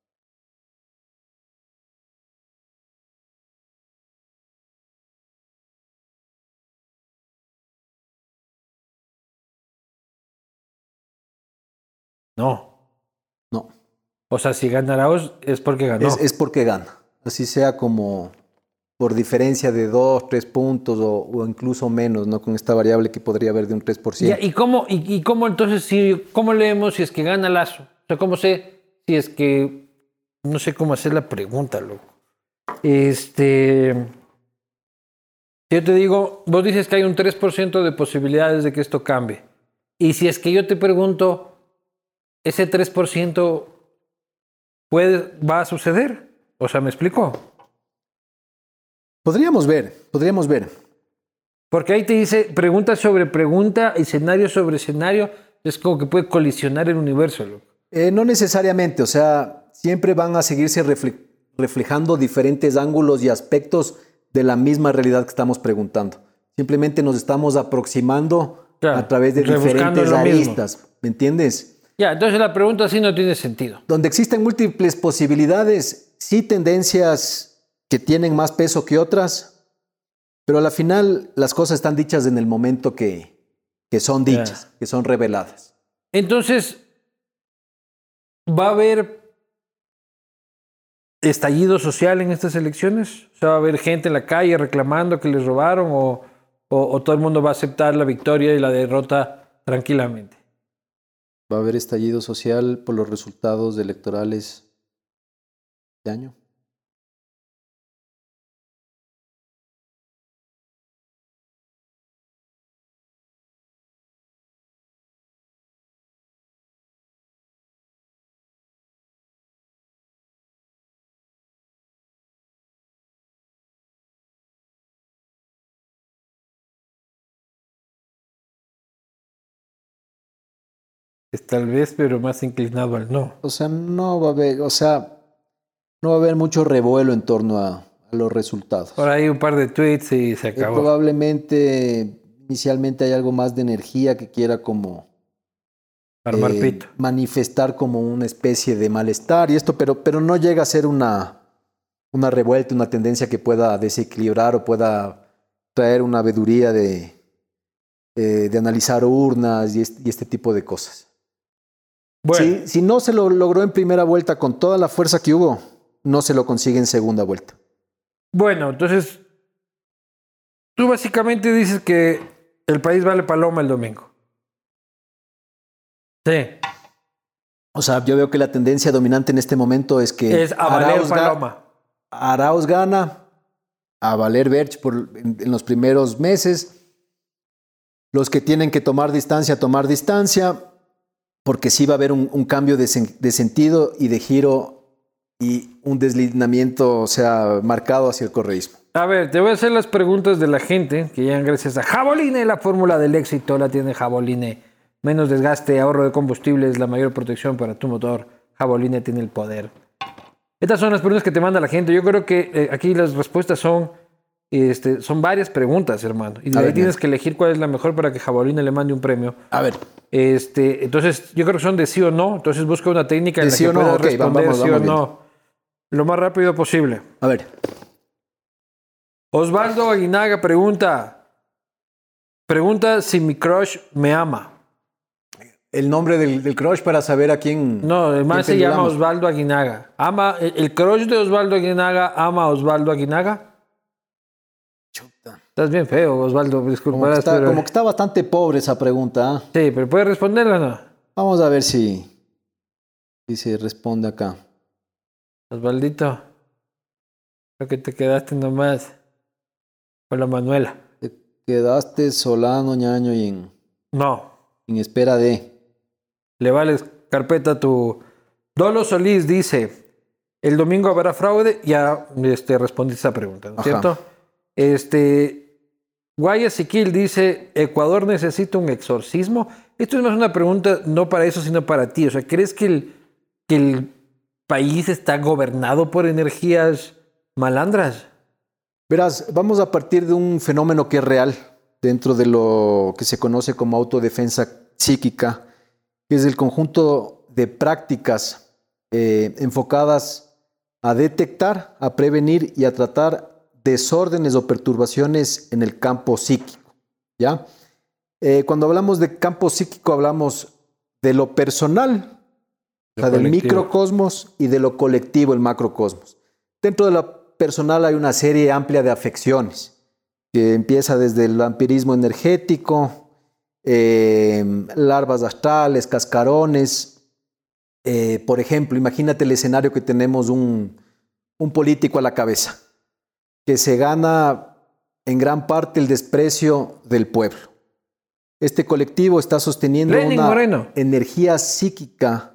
No. No. O sea, si gana Arauz es porque ganó. Es, es porque gana. Así sea como por diferencia de dos, tres puntos o, o incluso menos, ¿no? Con esta variable que podría haber de un tres por ciento. Ya, ¿y cómo, y, y cómo entonces, si, cómo leemos si es que gana Lasso? O sea, ¿cómo sé si es que... No sé cómo hacer la pregunta, loco. Este... Yo te digo, vos dices que hay un tres por ciento de posibilidades de que esto cambie. Y si es que yo te pregunto... ¿Ese tres por ciento puede, va a suceder? O sea, ¿me explico? Podríamos ver, podríamos ver. Porque ahí te dice pregunta sobre pregunta, escenario sobre escenario. Es como que puede colisionar el universo, loco. Eh, no necesariamente, o sea, siempre van a seguirse refle- reflejando diferentes ángulos y aspectos de la misma realidad que estamos preguntando. Simplemente nos estamos aproximando claro, a través de diferentes aristas, mismo. ¿Me entiendes? Ya, entonces la pregunta sí no tiene sentido. Donde existen múltiples posibilidades, sí tendencias que tienen más peso que otras, pero a la final las cosas están dichas en el momento que, que son dichas, ya. que son reveladas. Entonces, ¿va a haber estallido social en estas elecciones? O sea, ¿va a haber gente en la calle reclamando que les robaron o, o, o todo el mundo va a aceptar la victoria y la derrota tranquilamente? ¿Va a haber estallido social por los resultados electorales de año? Es tal vez, pero más inclinado al no. O sea, no va a haber, o sea, no va a haber mucho revuelo en torno a, a los resultados. Por ahí un par de tweets y se acabó. Eh, probablemente, inicialmente hay algo más de energía que quiera como armar eh, pito. manifestar como una especie de malestar y esto, pero, pero no llega a ser una, una revuelta, una tendencia que pueda desequilibrar o pueda traer una veeduría de, eh, de analizar urnas y este, y este tipo de cosas. Bueno. Si, si no se lo logró en primera vuelta con toda la fuerza que hubo, no se lo consigue en segunda vuelta. Bueno, entonces, tú básicamente dices que el país vale paloma el domingo. Sí. O sea, yo veo que la tendencia dominante en este momento es que es a valer Arauz, paloma. a Arauz gana, a Valer Berch por, en, en los primeros meses. Los que tienen que tomar distancia, tomar distancia, porque sí va a haber un, un cambio de, sen, de sentido y de giro y un deslindamiento, o sea, marcado hacia el correísmo. A ver, te voy a hacer las preguntas de la gente que llegan gracias a Jaboline. La fórmula del éxito la tiene Jaboline. Menos desgaste, ahorro de combustible es la mayor protección para tu motor. Jaboline tiene el poder. Estas son las preguntas que te manda la gente. Yo creo que eh, aquí las respuestas son, este, son varias preguntas, hermano. Y de ahí ver, tienes bien. que elegir cuál es la mejor para que Jaboline le mande un premio. A ver. Este, entonces, yo creo que son de sí o no. Entonces busca una técnica en la sí que o no? puedas Okay, responder vamos, sí vamos o no. Lo más rápido posible. A ver. Osvaldo Aguinaga pregunta. Pregunta si mi crush me ama. El nombre del, del crush para saber a quién. No, el man se llama Osvaldo Aguinaga. Ama, el, el crush de Osvaldo Aguinaga ama a Osvaldo Aguinaga. Chuta. Estás bien feo, Osvaldo. Disculpa. Como que está, pero... como que está bastante pobre esa pregunta. ¿eh? Sí, pero ¿puedes responderla o no? Vamos a ver si, si se responde acá. Osvaldito, creo que te quedaste nomás con la Manuela. Te quedaste Solano, Ñaño y en... No. En espera de... Le vales carpeta a tu... Dolo Solís dice, el domingo habrá fraude. Ya este, respondí esa pregunta, ¿no es cierto? Este, Guaya Siquil dice, ¿Ecuador necesita un exorcismo? Esto es más una pregunta no para eso, sino para ti. O sea, ¿crees que el, que el país está gobernado por energías malandras? Verás, vamos a partir de un fenómeno que es real dentro de lo que se conoce como autodefensa psíquica, que es el conjunto de prácticas eh, enfocadas a detectar, a prevenir y a tratar desórdenes o perturbaciones en el campo psíquico, ¿ya? Eh, cuando hablamos de campo psíquico hablamos de lo personal, o sea, del microcosmos, y de lo colectivo, el macrocosmos. Dentro de lo personal hay una serie amplia de afecciones, que empieza desde el vampirismo energético, Eh, larvas astrales, cascarones. Eh, por ejemplo, imagínate el escenario que tenemos un, un político a la cabeza, que se gana en gran parte el desprecio del pueblo. Este colectivo está sosteniendo Lenin una Moreno. energía psíquica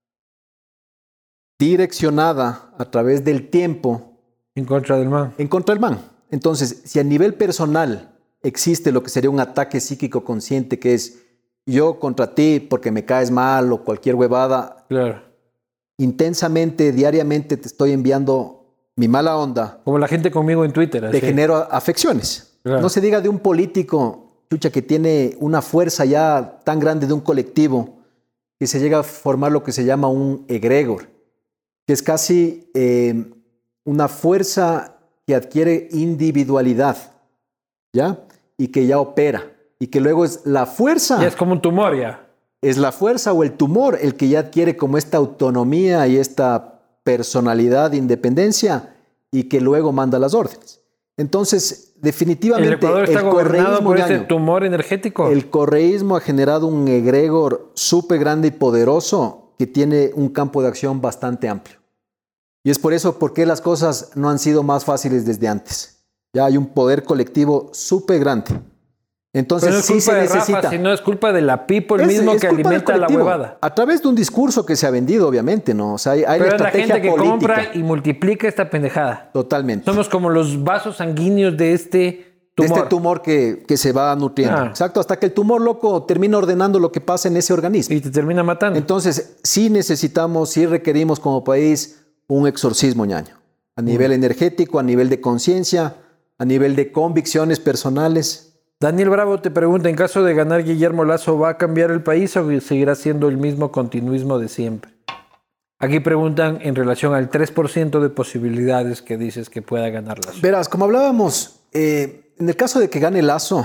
direccionada a través del tiempo. En contra del man. En contra del man. Entonces, si a nivel personal existe lo que sería un ataque psíquico consciente, que es yo contra ti porque me caes mal o cualquier huevada. Claro. Intensamente, diariamente te estoy enviando mi mala onda. Como la gente conmigo en Twitter. Así. Te genero afecciones. Claro. No se diga de un político, chucha, que tiene una fuerza ya tan grande de un colectivo que se llega a formar lo que se llama un egregor, que es casi eh, una fuerza que adquiere individualidad, ¿ya? Y que ya opera, y que luego es la fuerza. Ya es como un tumor ya. Es la fuerza o el tumor el que ya adquiere como esta autonomía y esta personalidad de independencia y que luego manda las órdenes. Entonces, definitivamente, el Ecuador está el gobernado por ñaño, ese tumor energético. El correísmo ha generado un egregor súper grande y poderoso que tiene un campo de acción bastante amplio. Y es por eso porque las cosas no han sido más fáciles desde antes. Ya hay un poder colectivo súper grande. Entonces, pero no es sí culpa se de necesita. Rafa, sino es culpa de la people es, mismo es que alimenta la huevada. A través de un discurso que se ha vendido, obviamente, ¿no? O sea, hay, hay pero la es la estrategia gente que política. compra y multiplica esta pendejada. Totalmente. Somos como los vasos sanguíneos de este tumor. De este tumor que, que se va nutriendo. Ah. Exacto, hasta que el tumor loco termina ordenando lo que pasa en ese organismo. Y te termina matando. Entonces, sí necesitamos, sí requerimos como país un exorcismo, ñaño. A nivel mm. energético, a nivel de conciencia, a nivel de convicciones personales. Daniel Bravo te pregunta, en caso de ganar Guillermo Lasso, ¿va a cambiar el país o seguirá siendo el mismo continuismo de siempre? Aquí preguntan en relación al tres por ciento de posibilidades que dices que pueda ganar Lasso. Verás, como hablábamos, eh, en el caso de que gane Lasso,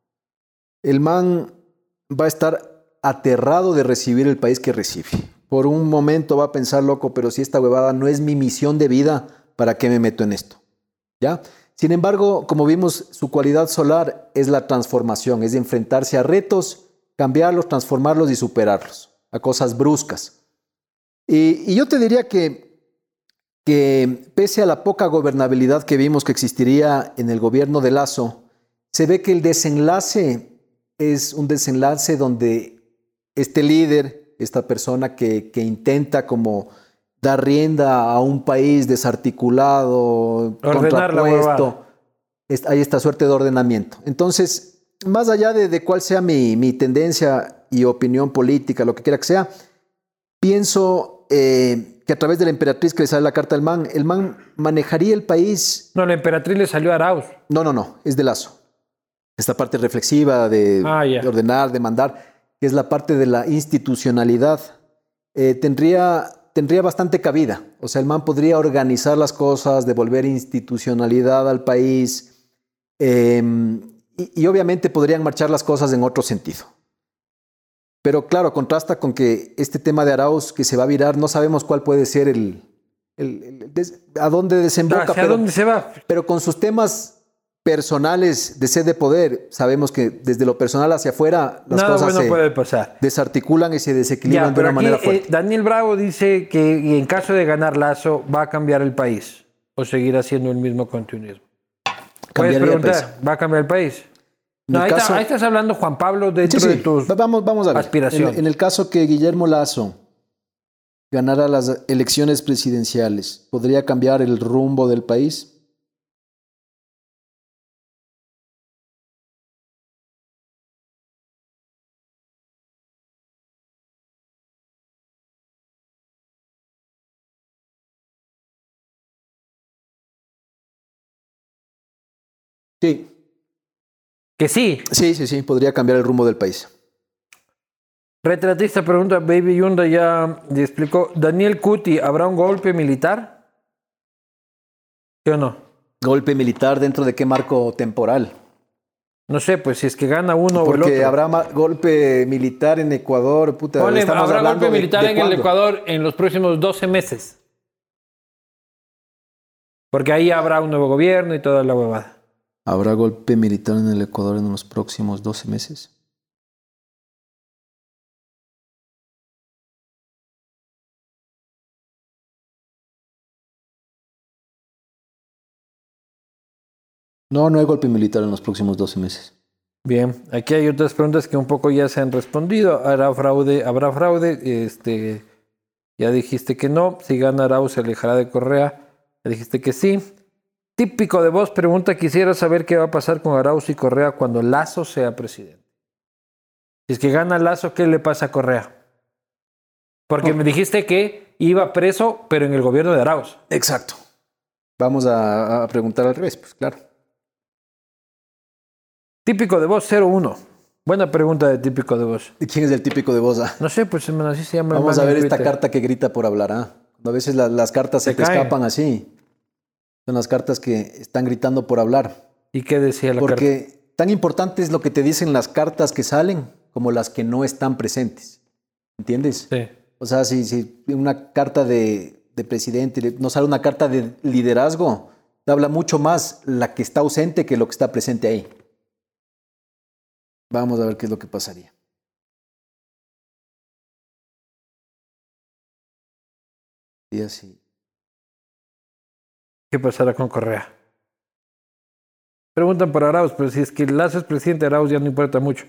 el man va a estar aterrado de recibir el país que recibe. Por un momento va a pensar, loco, pero si esta huevada no es mi misión de vida, ¿para qué me meto en esto? ¿Ya? Sin embargo, como vimos, su cualidad solar es la transformación, es de enfrentarse a retos, cambiarlos, transformarlos y superarlos, a cosas bruscas. Y, y yo te diría que que pese a la poca gobernabilidad que vimos que existiría en el gobierno de Lasso, se ve que el desenlace es un desenlace donde este líder, esta persona que, que intenta como dar rienda a un país desarticulado, ordenar contrapuesto, hay esta suerte de ordenamiento. Entonces, más allá de, de cuál sea mi, mi tendencia y opinión política, lo que quiera que sea, pienso eh, que a través de la emperatriz que le sale la carta al man, el man manejaría el país. No, la emperatriz le salió a Arauz. No, no, no, es de Lasso. Esta parte reflexiva de, ah, yeah. de ordenar, de mandar, que es la parte de la institucionalidad, eh, tendría, tendría bastante cabida. O sea, el man podría organizar las cosas, devolver institucionalidad al país, eh, y, y obviamente podrían marchar las cosas en otro sentido. Pero claro, contrasta con que este tema de Arauz que se va a virar, no sabemos cuál puede ser el... el, el des, a dónde desemboca. ¿Hacia pero, dónde se va? Pero con sus temas personales de sed de poder, sabemos que desde lo personal hacia afuera las Nada cosas bueno se puede pasar. desarticulan y se desequilibran ya, de una aquí, manera fuerte. Eh, Daniel Bravo dice que en caso de ganar Lasso va a cambiar el país o seguir haciendo el mismo continuismo. ¿Puedes preguntar? ¿Va a cambiar el país? No, ahí, caso, está, ahí estás hablando, Juan Pablo, dentro sí, sí. de tus vamos, vamos a ver. aspiraciones. En, en el caso que Guillermo Lasso ganara las elecciones presidenciales, ¿podría cambiar el rumbo del país? Sí. ¿Que sí? Sí, sí, sí, podría cambiar el rumbo del país. Retratista pregunta, Baby Yunda ya le explicó. Daniel Cuti, ¿habrá un golpe militar? ¿Sí o no? ¿Golpe militar dentro de qué marco temporal? No sé, pues si es que gana uno Porque o el otro. habrá golpe militar en Ecuador, puta. Ponle, habrá golpe militar de, de en ¿cuándo? el Ecuador en los próximos doce meses. Porque ahí habrá un nuevo gobierno y toda la huevada. ¿Habrá golpe militar en el Ecuador en los próximos doce meses? No, no hay golpe militar en los próximos doce meses. Bien, aquí hay otras preguntas que un poco ya se han respondido. ¿Habrá fraude? ¿Habrá fraude? Este, ya dijiste que no. Si gana Arauz, se alejará de Correa. Ya dijiste que sí. Típico de vos, pregunta, quisiera saber qué va a pasar con Arauz y Correa cuando Lasso sea presidente. Si es que gana Lasso, ¿qué le pasa a Correa? Porque me dijiste que iba preso, pero en el gobierno de Arauz. Exacto. Vamos a, a preguntar al revés, pues claro. Típico de vos, cero uno. Buena pregunta de típico de vos. ¿Quién es el típico de vos? Ah? No sé, pues así se llama. Vamos a ver esta carta que grita por hablar. ¿Ah? A veces la, las cartas se, se te caen. escapan así. Son las cartas que están gritando por hablar. ¿Y qué decía la Porque carta? Porque tan importante es lo que te dicen las cartas que salen como las que no están presentes. ¿Entiendes? Sí. O sea, si, si una carta de, de presidente no sale una carta de liderazgo, te habla mucho más la que está ausente que lo que está presente ahí. Vamos a ver qué es lo que pasaría. Y así. ¿Qué pasará con Correa? Preguntan por Arauz, pero si es que Lasso es presidente, Arauz ya no importa mucho.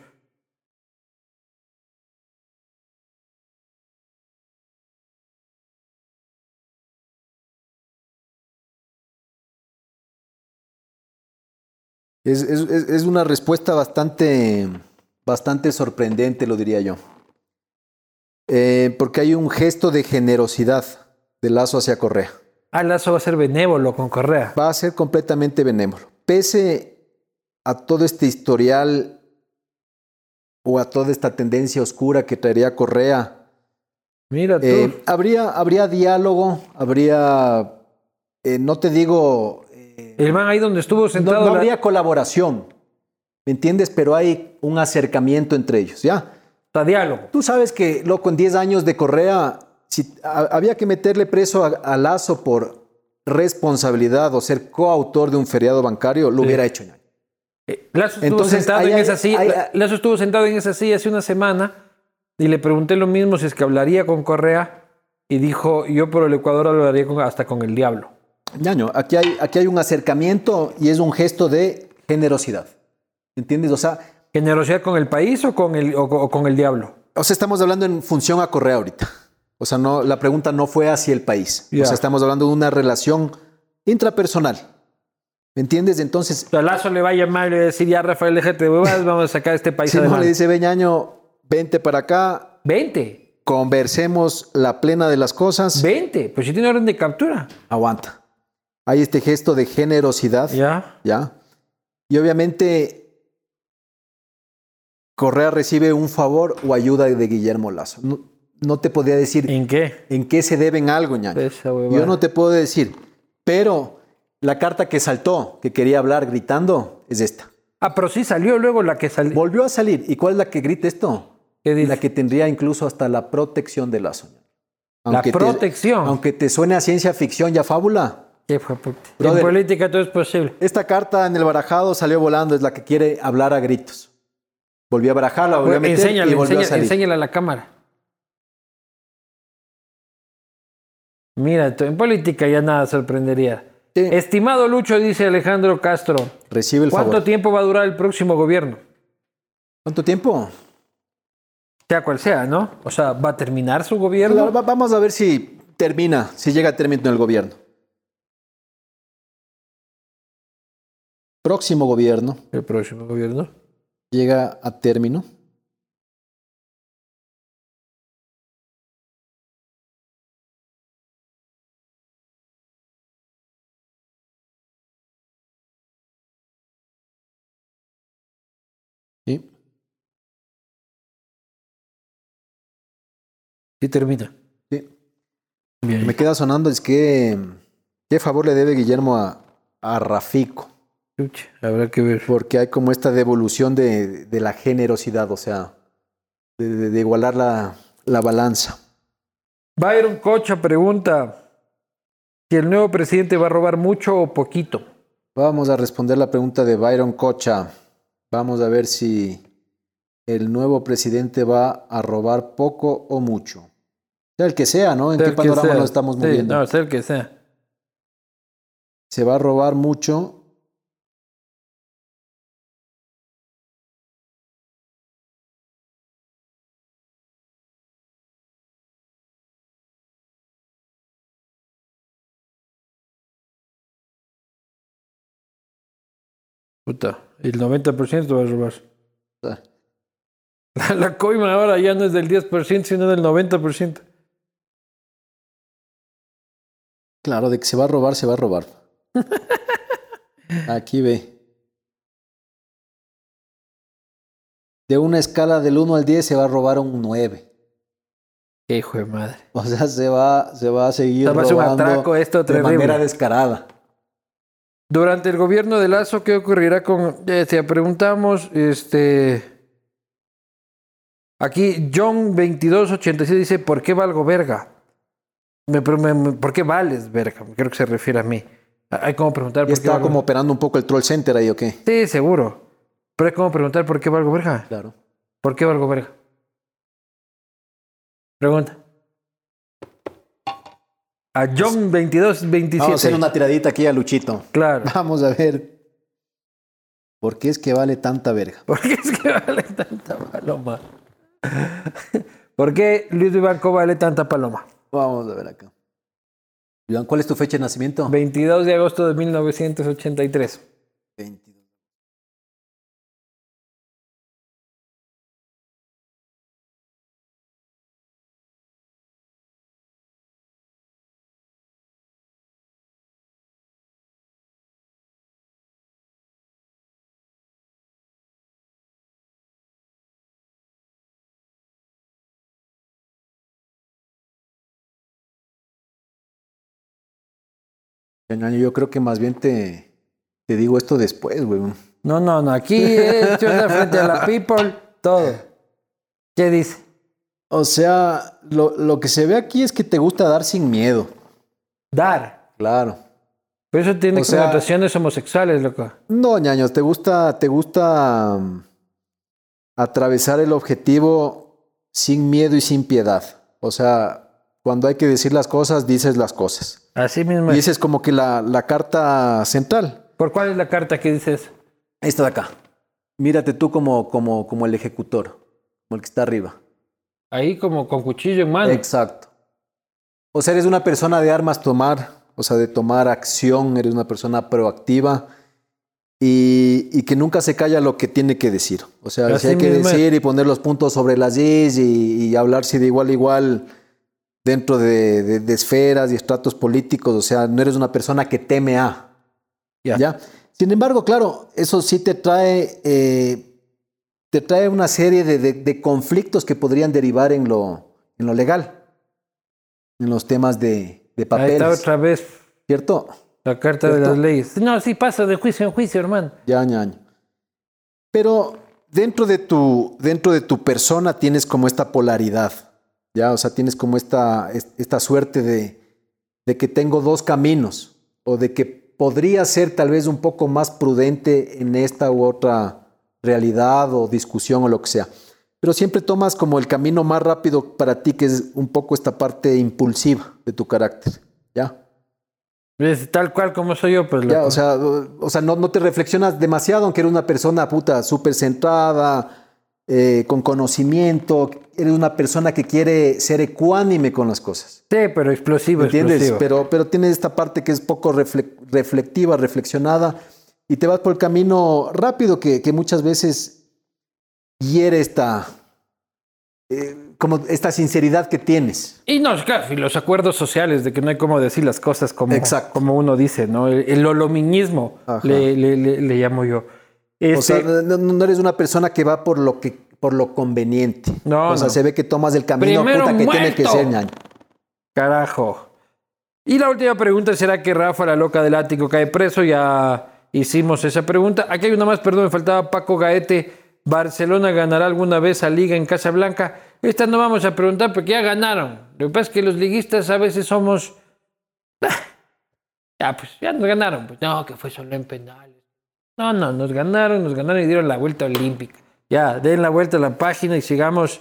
Es, es, es una respuesta bastante, bastante sorprendente, lo diría yo. Eh, porque hay un gesto de generosidad de Lasso hacia Correa. Ah, Lasso va a ser benévolo con Correa. Va a ser completamente benévolo. Pese a todo este historial o a toda esta tendencia oscura que traería Correa, Mira tú. Eh, habría, habría diálogo, habría, eh, no te digo... Eh, el man ahí donde estuvo sentado... No, no la... habría colaboración, ¿me entiendes? Pero hay un acercamiento entre ellos, ¿ya? Está diálogo. Tú sabes que, loco, en diez años de Correa, si a, había que meterle preso a, a Lasso por responsabilidad o ser coautor de un feriado bancario, lo sí. hubiera hecho. Eh, Lasso estuvo Entonces, sentado hay, en esa silla. Hay, hay, Lasso estuvo sentado en esa silla hace una semana y le pregunté lo mismo si es que hablaría con Correa y dijo, yo por el Ecuador hablaría con, hasta con el diablo. Ñaño, aquí hay, aquí hay un acercamiento y es un gesto de generosidad. ¿Entiendes? O sea, ¿generosidad con el país o con el, o, o con el diablo? O sea, estamos hablando en función a Correa ahorita. O sea, no, la pregunta no fue hacia el país. Yeah. O sea, estamos hablando de una relación intrapersonal. ¿Me entiendes? Entonces... O sea, Lazo le va a llamar y le va a decir, ya Rafael, déjate de huevadas, vamos a sacar este país si adelante. No, le dice, ve, Ñaño, vente para acá. Vente. Conversemos la plena de las cosas. Vente. Pues si tiene orden de captura. Aguanta. Hay este gesto de generosidad. Ya. Ya. Y obviamente Correa recibe un favor o ayuda de Guillermo Lazo. No, no te podría decir... ¿En qué? ¿En qué se deben algo, Ñaño? Yo no te puedo decir. Pero la carta que saltó, que quería hablar gritando, es esta. Ah, pero sí salió luego la que salió. Volvió a salir. ¿Y cuál es la que grita esto? ¿Qué dice? La que tendría incluso hasta la protección de Lazo. Aunque la protección. Te, aunque te suene a ciencia ficción y a fábula. ¿Qué fue? Brother, en política todo es posible. Esta carta en el barajado salió volando, es la que quiere hablar a gritos. Volvió a barajarla, volvió a meter enséñale, y volvió enséñale, a salir. Enséñala a la cámara. Mira, en política ya nada sorprendería. Sí. Estimado Lucho, dice Alejandro Castro. Recibe el ¿Cuánto favor. tiempo va a durar el próximo gobierno? ¿Cuánto tiempo? Sea cual sea, ¿no? O sea, ¿va a terminar su gobierno? Claro, vamos a ver si termina, si llega a término el gobierno. Próximo gobierno. El próximo gobierno. Llega a término. Sí. Sí termina. Sí. Bien. Me queda sonando es que qué favor le debe Guillermo a, a Rafico. Uch, habrá que ver. Porque hay como esta devolución de, de la generosidad, o sea, de, de, de igualar la, la balanza. Byron Cocha pregunta si el nuevo presidente va a robar mucho o poquito. Vamos a responder la pregunta de Byron Cocha. Vamos a ver si el nuevo presidente va a robar poco o mucho. Sea el que sea, ¿no? ¿En qué panorama nos estamos moviendo? Sí, no, sea el que sea. Se va a robar mucho. Puta, el noventa por ciento va a robar. Ah. La, la coima ahora ya no es del diez por ciento, sino del noventa por ciento. Claro, de que se va a robar, se va a robar. Aquí ve. De una escala del uno al diez se va a robar un nueve. Qué hijo de madre. O sea, se va, se va a seguir o sea, robando un atraco, esto de terrible. manera descarada. Durante el gobierno de Lazo, ¿qué ocurrirá con...? Este, preguntamos, este... Aquí, John veintidós ochenta y seis dice, ¿por qué valgo verga? Me, me, ¿Por qué vales verga? Creo que se refiere a mí. Hay como preguntar por ¿Y está qué valgo... como operando un poco el troll center ahí o qué? Sí, seguro. Pero hay como preguntar ¿por qué valgo verga? Claro. ¿Por qué valgo verga? Pregunta. A John veintidós veintisiete. Vamos a hacer una tiradita aquí a Luchito. Claro. Vamos a ver. ¿Por qué es que vale tanta verga? ¿Por qué es que vale tanta paloma? ¿Por qué Luis Vivanco vale tanta paloma? Vamos a ver acá. Iván, ¿cuál es tu fecha de nacimiento? veintidós de agosto de mil novecientos ochenta y tres. veintidós. Yo creo que más bien te, te digo esto después, güey. No, no, no. Aquí es frente a la people, todo. ¿Qué dice? O sea, lo, lo que se ve aquí es que te gusta dar sin miedo. Dar. Claro. Pero eso tiene o sea, connotaciones homosexuales, loco. No, ñaños, te gusta, te gusta um, atravesar el objetivo sin miedo y sin piedad. O sea, Cuando hay que decir las cosas, dices las cosas. Así mismo. Y esa es como que la, la carta central. ¿Por cuál es la carta que dices? Esta de acá. Mírate tú como, como, como el ejecutor, como el que está arriba. Ahí como con cuchillo en mano. Exacto. O sea, eres una persona de armas tomar, o sea, de tomar acción, eres una persona proactiva y, y que nunca se calla lo que tiene que decir. O sea, Así si hay que mismo. decir y poner los puntos sobre las is y, y hablarse de igual a igual dentro de, de, de esferas y estratos políticos, o sea, no eres una persona que teme a. Ya. ¿Ya? Sin embargo, claro, eso sí te trae, eh, te trae una serie de, de, de conflictos que podrían derivar en lo, en lo legal, en los temas de, de papeles. Ahí está otra vez. ¿Cierto? La carta ¿Cierto? de las leyes. No, sí pasa de juicio en juicio, hermano. Ya, año, año. Pero dentro de tu, dentro de tu persona tienes como esta polaridad, ¿ya? O sea, tienes como esta, esta suerte de, de que tengo dos caminos, o de que podría ser tal vez un poco más prudente en esta u otra realidad o discusión o lo que sea. Pero siempre tomas como el camino más rápido para ti, que es un poco esta parte impulsiva de tu carácter, ¿ya? Es tal cual como soy yo, pues. Ya, o sea, o sea no, no te reflexionas demasiado, aunque eres una persona puta súper centrada, eh, con conocimiento, eres una persona que quiere ser ecuánime con las cosas. Sí, pero explosivo, ¿Entiendes? explosivo. Pero, pero tienes esta parte que es poco refle reflectiva, reflexionada, y te vas por el camino rápido que, que muchas veces hiere esta, eh, como esta sinceridad que tienes. Y no, claro, y los acuerdos sociales de que no hay cómo decir las cosas como, como uno dice, ¿no? El, el olominismo le, le, le, le llamo yo. Este, o sea, no, no eres una persona que va por lo que por lo conveniente. No, o sea, no. se ve que tomas el camino Primero puta que muerto. tiene que ser, ñaño. Carajo. Y la última pregunta, ¿será que Rafa, la loca del ático, cae preso? Ya hicimos esa pregunta. Aquí hay una más, perdón, me faltaba Paco Gaete. ¿Barcelona ganará alguna vez a Liga en Casablanca? Esta no vamos a preguntar porque ya ganaron. Lo que pasa es que los liguistas a veces somos... Ya, pues ya nos ganaron. Pues no, que fue solo en penales. No, no, nos ganaron, nos ganaron y dieron la vuelta olímpica. Ya, den la vuelta a la página y sigamos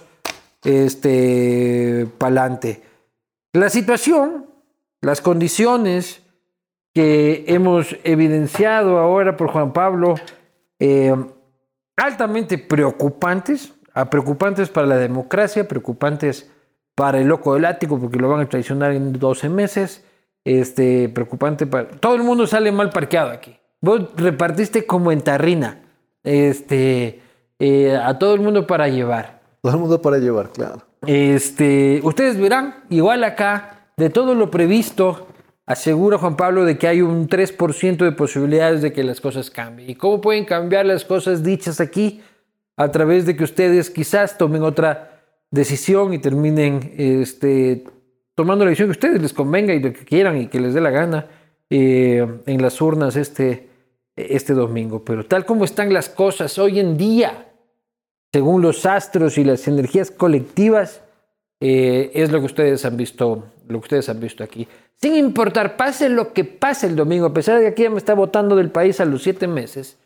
este, pa'lante. La situación, las condiciones que hemos evidenciado ahora por Juan Pablo, eh, altamente preocupantes, preocupantes para la democracia, preocupantes para el loco del ático porque lo van a traicionar en doce meses, este, preocupante para... Todo el mundo sale mal parqueado aquí. Vos repartiste como en tarrina este, eh, a todo el mundo para llevar. Todo el mundo para llevar, claro. Este, ustedes verán, igual acá, de todo lo previsto, asegura Juan Pablo de que hay un tres por ciento de posibilidades de que las cosas cambien. ¿Y cómo pueden cambiar las cosas dichas aquí? A través de que ustedes quizás tomen otra decisión y terminen este, tomando la decisión que a ustedes les convenga y lo que quieran y que les dé la gana eh, en las urnas este, este domingo. Pero tal como están las cosas hoy en día, según los astros y las energías colectivas, eh, es lo que ustedes han visto, lo que ustedes han visto aquí. Sin importar, pase lo que pase el domingo, a pesar de que aquí ya me está votando del país a los siete meses,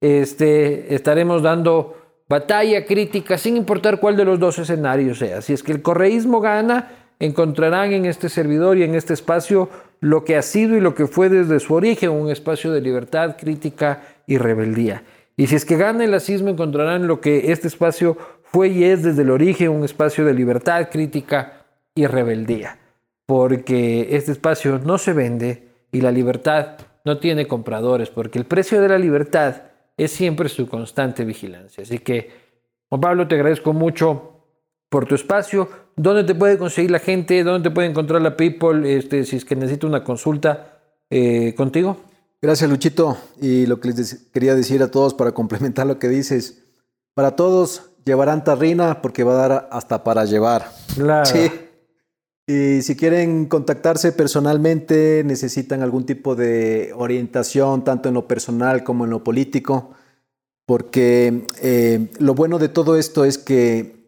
este, estaremos dando batalla crítica, sin importar cuál de los dos escenarios sea. Si es que el correísmo gana, encontrarán en este servidor y en este espacio lo que ha sido y lo que fue desde su origen, un espacio de libertad, crítica y rebeldía. Y si es que gana el lacismo, encontrarán lo que este espacio fue y es desde el origen, un espacio de libertad, crítica y rebeldía. Porque este espacio no se vende y la libertad no tiene compradores, porque el precio de la libertad es siempre su constante vigilancia. Así que, Juan Pablo, te agradezco mucho por tu espacio. ¿Dónde te puede conseguir la gente? ¿Dónde te puede encontrar la people? Este, si es que necesita una consulta eh, contigo. Gracias, Luchito. Y lo que les quería decir a todos para complementar lo que dices, para todos llevarán tarrina porque va a dar hasta para llevar. Claro. Sí. Y si quieren contactarse personalmente, necesitan algún tipo de orientación, tanto en lo personal como en lo político, porque eh, lo bueno de todo esto es que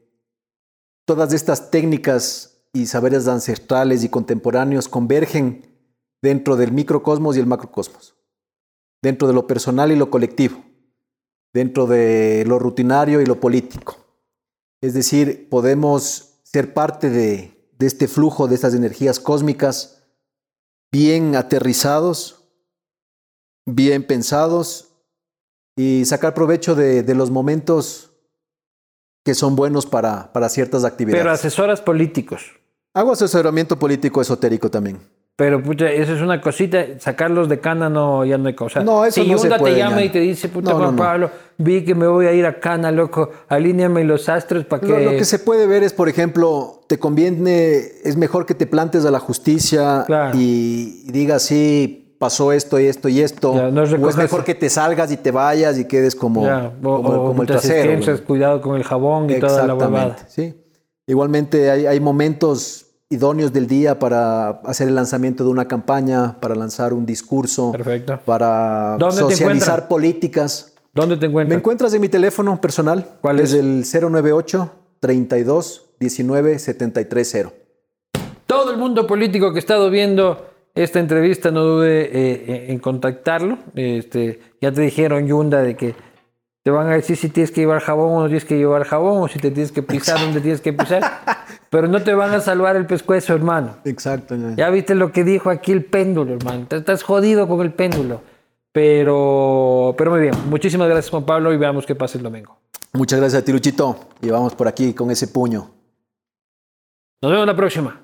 todas estas técnicas y saberes ancestrales y contemporáneos convergen dentro del microcosmos y el macrocosmos, dentro de lo personal y lo colectivo, dentro de lo rutinario y lo político. Es decir, podemos ser parte de de este flujo, de estas energías cósmicas, bien aterrizados, bien pensados, y sacar provecho de, de los momentos que son buenos para, para ciertas actividades. Pero asesoras políticos. Hago asesoramiento político esotérico también. Pero, pucha, eso es una cosita, sacarlos de cana no, ya no hay cosa. No, eso si no se Yunda puede, te llama ya. y te dice, puta No, Juan no, no. Pablo, vi que me voy a ir a cana, loco, alíneame los astros para que... Lo, lo que se puede ver es, por ejemplo, te conviene, es mejor que te plantes a la justicia Claro. y, y digas, sí, pasó esto y esto y esto. Ya, no o es recojas- mejor que te salgas y te vayas y quedes como, Ya, o, como, o, como el puta, si es que trasero. entras, güey. cuidado con el jabón y toda la huevada. Exactamente, sí. Igualmente hay, hay momentos idóneos del día para hacer el lanzamiento de una campaña, para lanzar un discurso, Perfecto. para ¿Dónde te socializar encuentran? políticas. ¿Dónde te Me encuentras? encuentras en mi teléfono personal. ¿Cuál es? Es el cero nueve ocho, treinta y dos, diecinueve, setenta y tres cero. Todo el mundo político que ha estado viendo esta entrevista, no dude eh, en contactarlo. Este, ya te dijeron, Yunda, de que te van a decir si tienes que llevar jabón o no tienes que llevar jabón, o si te tienes que pisar, dónde tienes que pisar. Pero no te van a salvar el pescuezo, hermano. Exacto. Ya. Ya viste lo que dijo aquí el péndulo, hermano. Te estás jodido con el péndulo. Pero, pero muy bien. Muchísimas gracias, Juan Pablo, y veamos qué pasa el domingo. Muchas gracias a ti, Luchito. Y vamos por aquí con ese puño. Nos vemos la próxima.